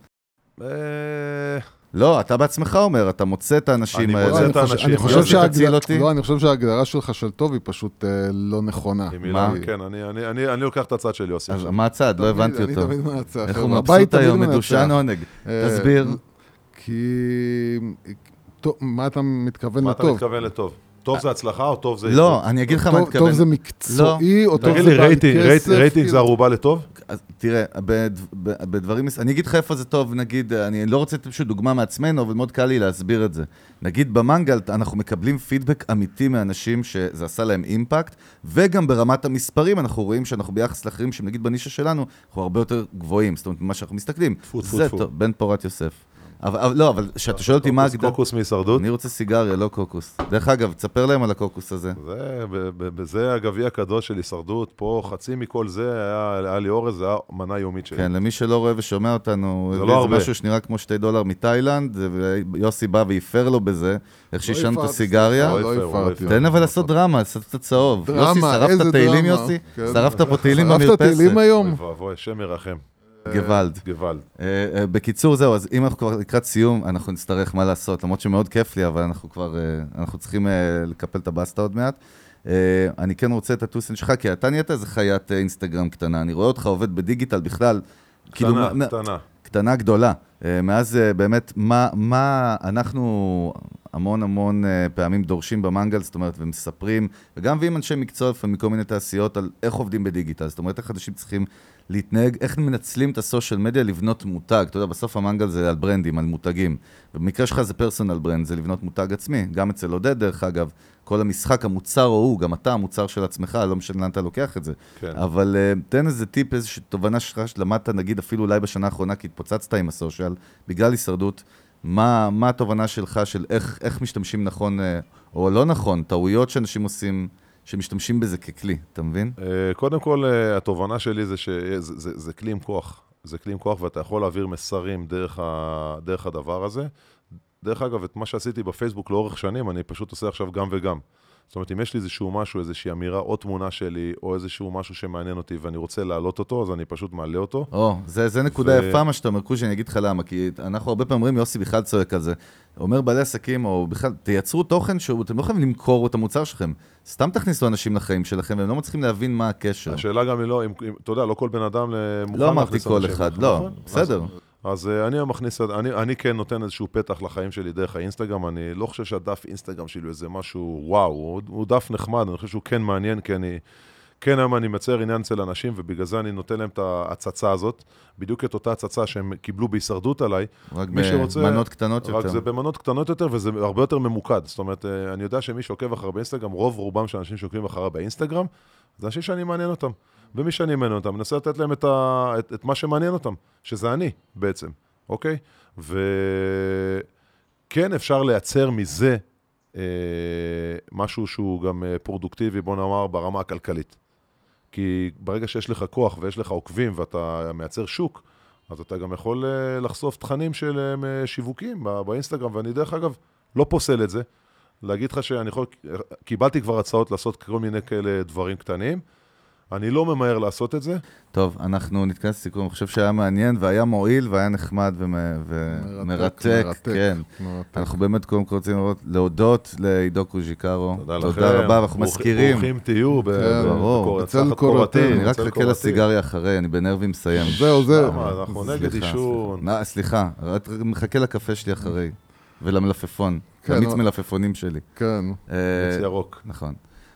Speaker 2: לא, אתה בעצמך אומר, אתה מוצא את האנשים האלה.
Speaker 4: אני מוצא את האנשים.
Speaker 3: אני חושב שההגדרה שלך של טוב היא פשוט לא נכונה.
Speaker 2: מה?
Speaker 4: כן, אני לוקח את הצד של יוסי.
Speaker 2: אז מה הצד? לא הבנתי אותו.
Speaker 3: אני תמיד מנצח.
Speaker 2: איך הוא מבסוט היום, מדושן עונג. תסביר.
Speaker 3: כי... מה אתה מתכוון לטוב?
Speaker 4: מה אתה מתכוון לטוב? טוב זה הצלחה או טוב זה...
Speaker 2: לא, אני אגיד לך מה מתכוון.
Speaker 3: טוב זה מקצועי או טוב
Speaker 4: תגיד
Speaker 3: זה
Speaker 4: לי,
Speaker 3: בעל כסף?
Speaker 4: רייטינג זה ערובה לטוב?
Speaker 2: תראה, בדברים... אני אגיד לך איפה זה טוב, נגיד, אני לא רוצה פשוט דוגמה מעצמנו, אבל מאוד קל לי להסביר את זה. נגיד במנגל, אנחנו מקבלים פידבק אמיתי מאנשים שזה עשה להם אימפקט, וגם ברמת המספרים אנחנו רואים שאנחנו ביחס לאחרים, שנגיד בנישה שלנו, אנחנו הרבה יותר גבוהים, זאת אומרת, ממה שאנחנו מסתכלים. זה טוב, בן פורת יוסף. אבל לא, אבל שאתה שואל אותי מה הגדרה...
Speaker 4: קוקוס מהישרדות?
Speaker 2: אני רוצה סיגריה, לא קוקוס. דרך אגב, תספר להם על הקוקוס הזה.
Speaker 4: זה הגביע הקדוש של הישרדות, פה חצי מכל זה היה לי אורז, זה היה מנה יומית שלי.
Speaker 2: כן, למי שלא רואה ושומע אותנו,
Speaker 4: זה לא הרבה.
Speaker 2: זה משהו שנראה כמו שתי דולר מתאילנד, ויוסי בא ויפר לו בזה, איך שישנו את הסיגריה. תן אבל לעשות דרמה, לעשות את הצהוב. יוסי, שרפת תהילים, יוסי? שרפת פה תהילים במרפסת.
Speaker 3: שרפת תהילים היום?
Speaker 4: שם ירחם.
Speaker 2: גוואלד.
Speaker 4: גוואלד.
Speaker 2: בקיצור זהו, אז אם אנחנו כבר לקראת סיום, אנחנו נצטרך מה לעשות, למרות שמאוד כיף לי, אבל אנחנו כבר, אנחנו צריכים לקפל את הבאסטה עוד מעט. אני כן רוצה את הטוסן שלך, כי אתה נהיית איזה חיית אינסטגרם קטנה, אני רואה אותך עובד בדיגיטל בכלל.
Speaker 4: קטנה, קטנה.
Speaker 2: קטנה גדולה. מאז באמת, מה, מה אנחנו המון המון פעמים דורשים במנגל, זאת אומרת, ומספרים, וגם מביאים אנשי מקצוע מכל מיני תעשיות על איך עובדים בדיגיטל, זאת אומרת, איך אנשים צריכים להתנהג, איך מנצלים את הסושיאל מדיה לבנות מותג, אתה יודע, בסוף המנגל זה על ברנדים, על מותגים, ובמקרה שלך זה פרסונל ברנד, זה לבנות מותג עצמי, גם אצל עודד דרך אגב, כל המשחק, המוצר או הוא, גם אתה המוצר של עצמך, לא משנה לאן אתה לוקח את זה, כן. אבל uh, תן איזה טיפ, איזושהי תובנה שלך שלמדת, נגיד אפילו אולי בשנה האחרונה, כי התפוצצת עם הסושיאל, בגלל הישרדות, מה, מה התובנה שלך של איך, איך משתמשים נכון או לא נכון, טעויות שאנשים עושים, שמשתמשים בזה ככלי, אתה מבין?
Speaker 4: קודם כל, התובנה שלי זה שזה זה, זה כלי עם כוח. זה כלי עם כוח ואתה יכול להעביר מסרים דרך, ה, דרך הדבר הזה. דרך אגב, את מה שעשיתי בפייסבוק לאורך שנים, אני פשוט עושה עכשיו גם וגם. זאת אומרת, אם יש לי איזשהו משהו, איזושהי אמירה או תמונה שלי, או איזשהו משהו שמעניין אותי, ואני רוצה להעלות אותו, אז אני פשוט מעלה אותו.
Speaker 2: או, זה, זה נקודה ו... יפה מה שאתה אומר, קוז'י, אני אגיד לך למה, כי אנחנו הרבה פעמים אומרים, יוסי בכלל צועק על זה, אומר בעלי עסקים, או בכלל, תייצרו תוכן שאתם לא יכולים למכור את המוצר שלכם, סתם תכניסו אנשים לחיים שלכם, והם לא מצליחים להבין מה הקשר.
Speaker 4: השאלה גם היא לא, אם, אתה יודע, לא כל בן אדם מוכן
Speaker 2: לא אמרתי כל אחד, לא, בסדר.
Speaker 4: אז אני מכניס, אני, אני כן נותן איזשהו פתח לחיים שלי דרך האינסטגרם, אני לא חושב שהדף אינסטגרם שלי איזה משהו, וואו, הוא, הוא דף נחמד, אני חושב שהוא כן מעניין, כי אני, כן היום אני מצר עניין אצל אנשים, ובגלל זה אני נותן להם את ההצצה הזאת, בדיוק את אותה הצצה שהם קיבלו בהישרדות עליי.
Speaker 2: רק במנות קטנות יותר.
Speaker 4: רק זה במנות קטנות יותר, וזה הרבה יותר ממוקד. זאת אומרת, אני יודע שמי שעוקב אחריו באינסטגרם, רוב רובם של אנשים שעוקבים אחריו באינסטגרם, זה אנשים שאני מעניין אותם. ומי שאני מעניין אותם, מנסה לתת להם את, ה, את, את מה שמעניין אותם, שזה אני בעצם. אוקיי? וכן אפשר לייצר מזה אה, משהו שהוא גם פרודוקטיבי, בוא נאמר, ברמה הכלכלית. כי ברגע שיש לך כוח ויש לך עוקבים ואתה מייצר שוק, אז אתה גם יכול לחשוף תכנים של שיווקים באינסטגרם, ואני דרך אגב לא פוסל את זה. להגיד לך שאני יכול, קיבלתי כבר הצעות לעשות כל מיני כאלה דברים קטנים, אני לא ממהר לעשות את זה.
Speaker 2: טוב, אנחנו נתכנס לסיכום, אני חושב שהיה מעניין והיה מועיל והיה נחמד ומרתק. כן. אנחנו באמת קודם כל רוצים להודות לעידו קוז'יקרו.
Speaker 4: תודה לכם.
Speaker 2: תודה רבה, ואנחנו מזכירים.
Speaker 4: ברוכים תהיו.
Speaker 2: ברור.
Speaker 3: בצל קורתי.
Speaker 2: אני רק חכה לסיגריה אחרי, אני בנרבי מסיים.
Speaker 3: זהו, זהו.
Speaker 4: אנחנו נגד אישון.
Speaker 2: סליחה, מחכה לקפה שלי אחרי, ולמלפפון. למיץ מלפפונים שלי.
Speaker 3: כן.
Speaker 4: מיץ ירוק.
Speaker 2: נכון.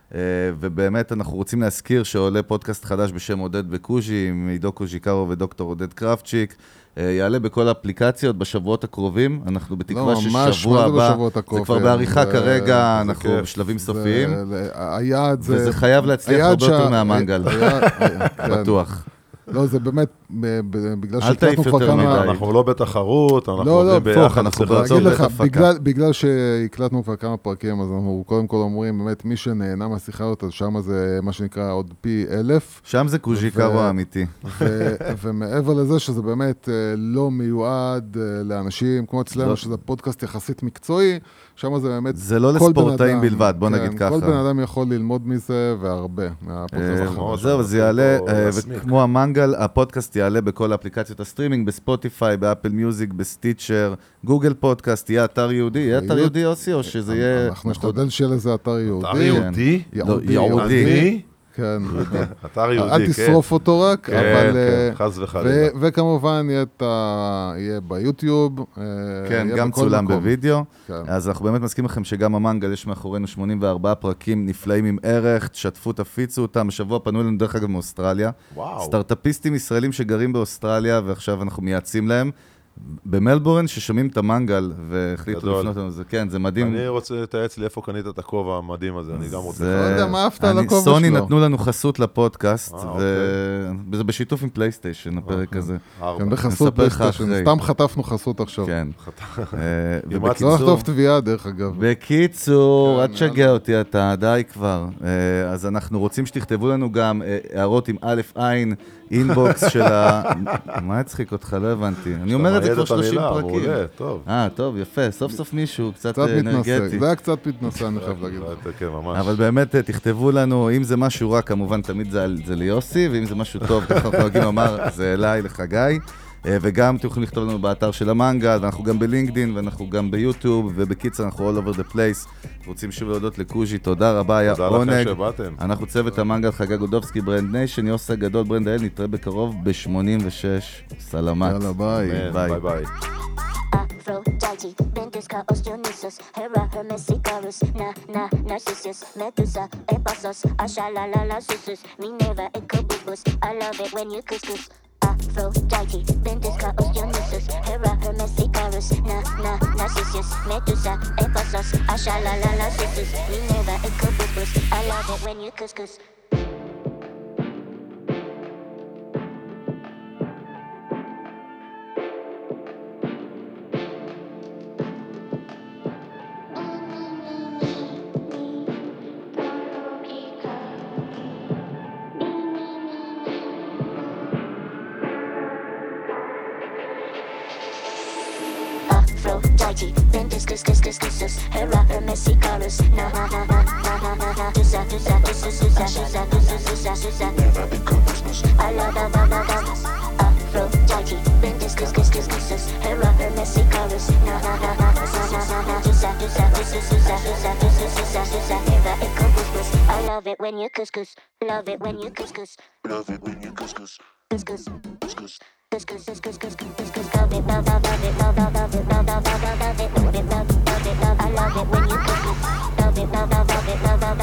Speaker 2: ובאמת אנחנו רוצים להזכיר שעולה פודקאסט חדש בשם עודד בקוז'י, עם עידו קוז'יקרו ודוקטור עודד קרפצ'יק, יעלה בכל האפליקציות בשבועות הקרובים, אנחנו בתקווה ששבוע הבא, זה כבר בעריכה כרגע, אנחנו בשלבים סופיים, וזה חייב להצליח הרבה יותר מהמנגל, בטוח.
Speaker 3: לא, זה באמת, בגלל שהקלטנו כבר כמה...
Speaker 4: אנחנו לא בתחרות, אנחנו
Speaker 3: לא,
Speaker 4: עובדים ביחד,
Speaker 2: אנחנו בארצות בית הפקה.
Speaker 3: בגלל שהקלטנו כבר כמה פרקים, אז אנחנו קודם כל אומרים, באמת, מי שנהנה מהשיחה הזאת, אז שם זה מה שנקרא עוד פי אלף.
Speaker 2: שם זה קוז'יקרו האמיתי.
Speaker 3: ומעבר לזה שזה באמת לא מיועד לאנשים, כמו אצלנו, שזה פודקאסט יחסית מקצועי, שם זה באמת...
Speaker 2: זה לא לספורטאים בלבד, בוא נגיד ככה.
Speaker 3: כל בן אדם יכול ללמוד מזה והרבה מהפודקאסט.
Speaker 2: זהו, זה יעלה, וכמו המנגל, הפודקאסט יעלה בכל אפליקציות הסטרימינג, בספוטיפיי, באפל מיוזיק, בסטיצ'ר, גוגל פודקאסט, יהיה אתר יהודי, יהיה אתר יהודי יוסי, או שזה יהיה...
Speaker 3: אנחנו נשתדל שיהיה לזה אתר יהודי.
Speaker 4: אתר יהודי?
Speaker 2: יהודי.
Speaker 3: כן.
Speaker 4: אתר יהודי, כן.
Speaker 3: אל תשרוף אותו רק, אבל...
Speaker 4: חס וחלילה.
Speaker 3: וכמובן יהיה ביוטיוב.
Speaker 2: כן, גם צולם בווידאו. אז אנחנו באמת מסכים לכם שגם המנגל יש מאחורינו שמונים וארבעה פרקים נפלאים עם ערך, תשתפו, תפיצו אותם. השבוע פנו אלינו דרך אגב מאוסטרליה. סטארט-אפיסטים ישראלים שגרים באוסטרליה, ועכשיו אנחנו מייעצים להם. במלבורן ששומעים את המנגל והחליטו לפנות לנו, זה כן, זה מדהים.
Speaker 4: אני רוצה לתייץ לי איפה קנית את הכובע המדהים הזה, אני גם רוצה.
Speaker 3: לא יודע, מה אהבת על הכובע שלו?
Speaker 2: סוני נתנו לנו חסות לפודקאסט, וזה בשיתוף עם פלייסטיישן, הפרק הזה.
Speaker 3: כן, בחסות פלייסטיישן, סתם חטפנו חסות עכשיו.
Speaker 2: כן.
Speaker 3: לא לחטוף תביעה, דרך אגב.
Speaker 2: בקיצור, עד שגע אותי אתה, די כבר. אז אנחנו רוצים שתכתבו לנו גם הערות עם א' עין, אינבוקס של ה... מה הצחיק אותך? לא הבנתי. אני אומר את זה כבר שלושים פרקים. אה, טוב, יפה. סוף סוף מישהו, קצת אנרגטי.
Speaker 3: זה היה קצת מתנסה, אני חייב להגיד.
Speaker 2: אבל באמת, תכתבו לנו, אם זה משהו רע, כמובן, תמיד זה ליוסי, ואם זה משהו טוב, ככה אנחנו נוגעים לומר, זה אליי, לחגי. וגם תוכלו לכתוב לנו באתר של המנגל, ואנחנו גם בלינקדין, ואנחנו גם ביוטיוב, ובקיצר אנחנו all over the place. רוצים שוב להודות לקוז'י, תודה רבה, היה עונג. אנחנו צוות המנגל, חגה גודובסקי, ברנד ניישן, יוסה גדול, ברנד האל, נתראה בקרוב ב-שמונים ושש. סלמת.
Speaker 3: יאללה, ביי.
Speaker 4: ביי ביי.
Speaker 1: Aphrodite, Ventusca, Osteonisus, Hera, Hermes, Icarus, Na, Na, Narcissus, Medusa, Ephasos, Ashalalala, Susus, Minerva, Ecobubus. I love it when you couscous. Aphrodite, Ventusca, Osteonisus, Hera, Hermes, Icarus, Na, Na, Narcissus, Medusa, Ephasos, Ashalalala, Susus, Minerva, Ecobubus. I love it when you couscous. Aphrodite, Ventus, Cus, Cus, Cus, Cus, Hera, Hermes, Icarus, Na, Na, Na, Na, Na, Na, Na, Na, Dusa, Dusa, Dusa, Dusa, Dusa, Dusa, Dusa, Dusa, I love, love, love, love, love. Aphrodite, Ventus, Cus, Cus, Cus, Cus, Hera, Hermes, Icarus, Na, Na, Na, Na, Na, Na, Na, Na, Dusa, Dusa, Dusa, Dusa, Dusa, Dusa, Dusa, Dusa, Hera, Ecobubus. I love it when you couscous, love it when you couscous, love it when you couscous, couscous, couscous. Couscous, couscous, couscous, couscous, love it, love, love, love it, love, love, love it, love, love, love, love it, love it, love, love it, love. I love it when you couscous, love it, love, love, love it, love, love.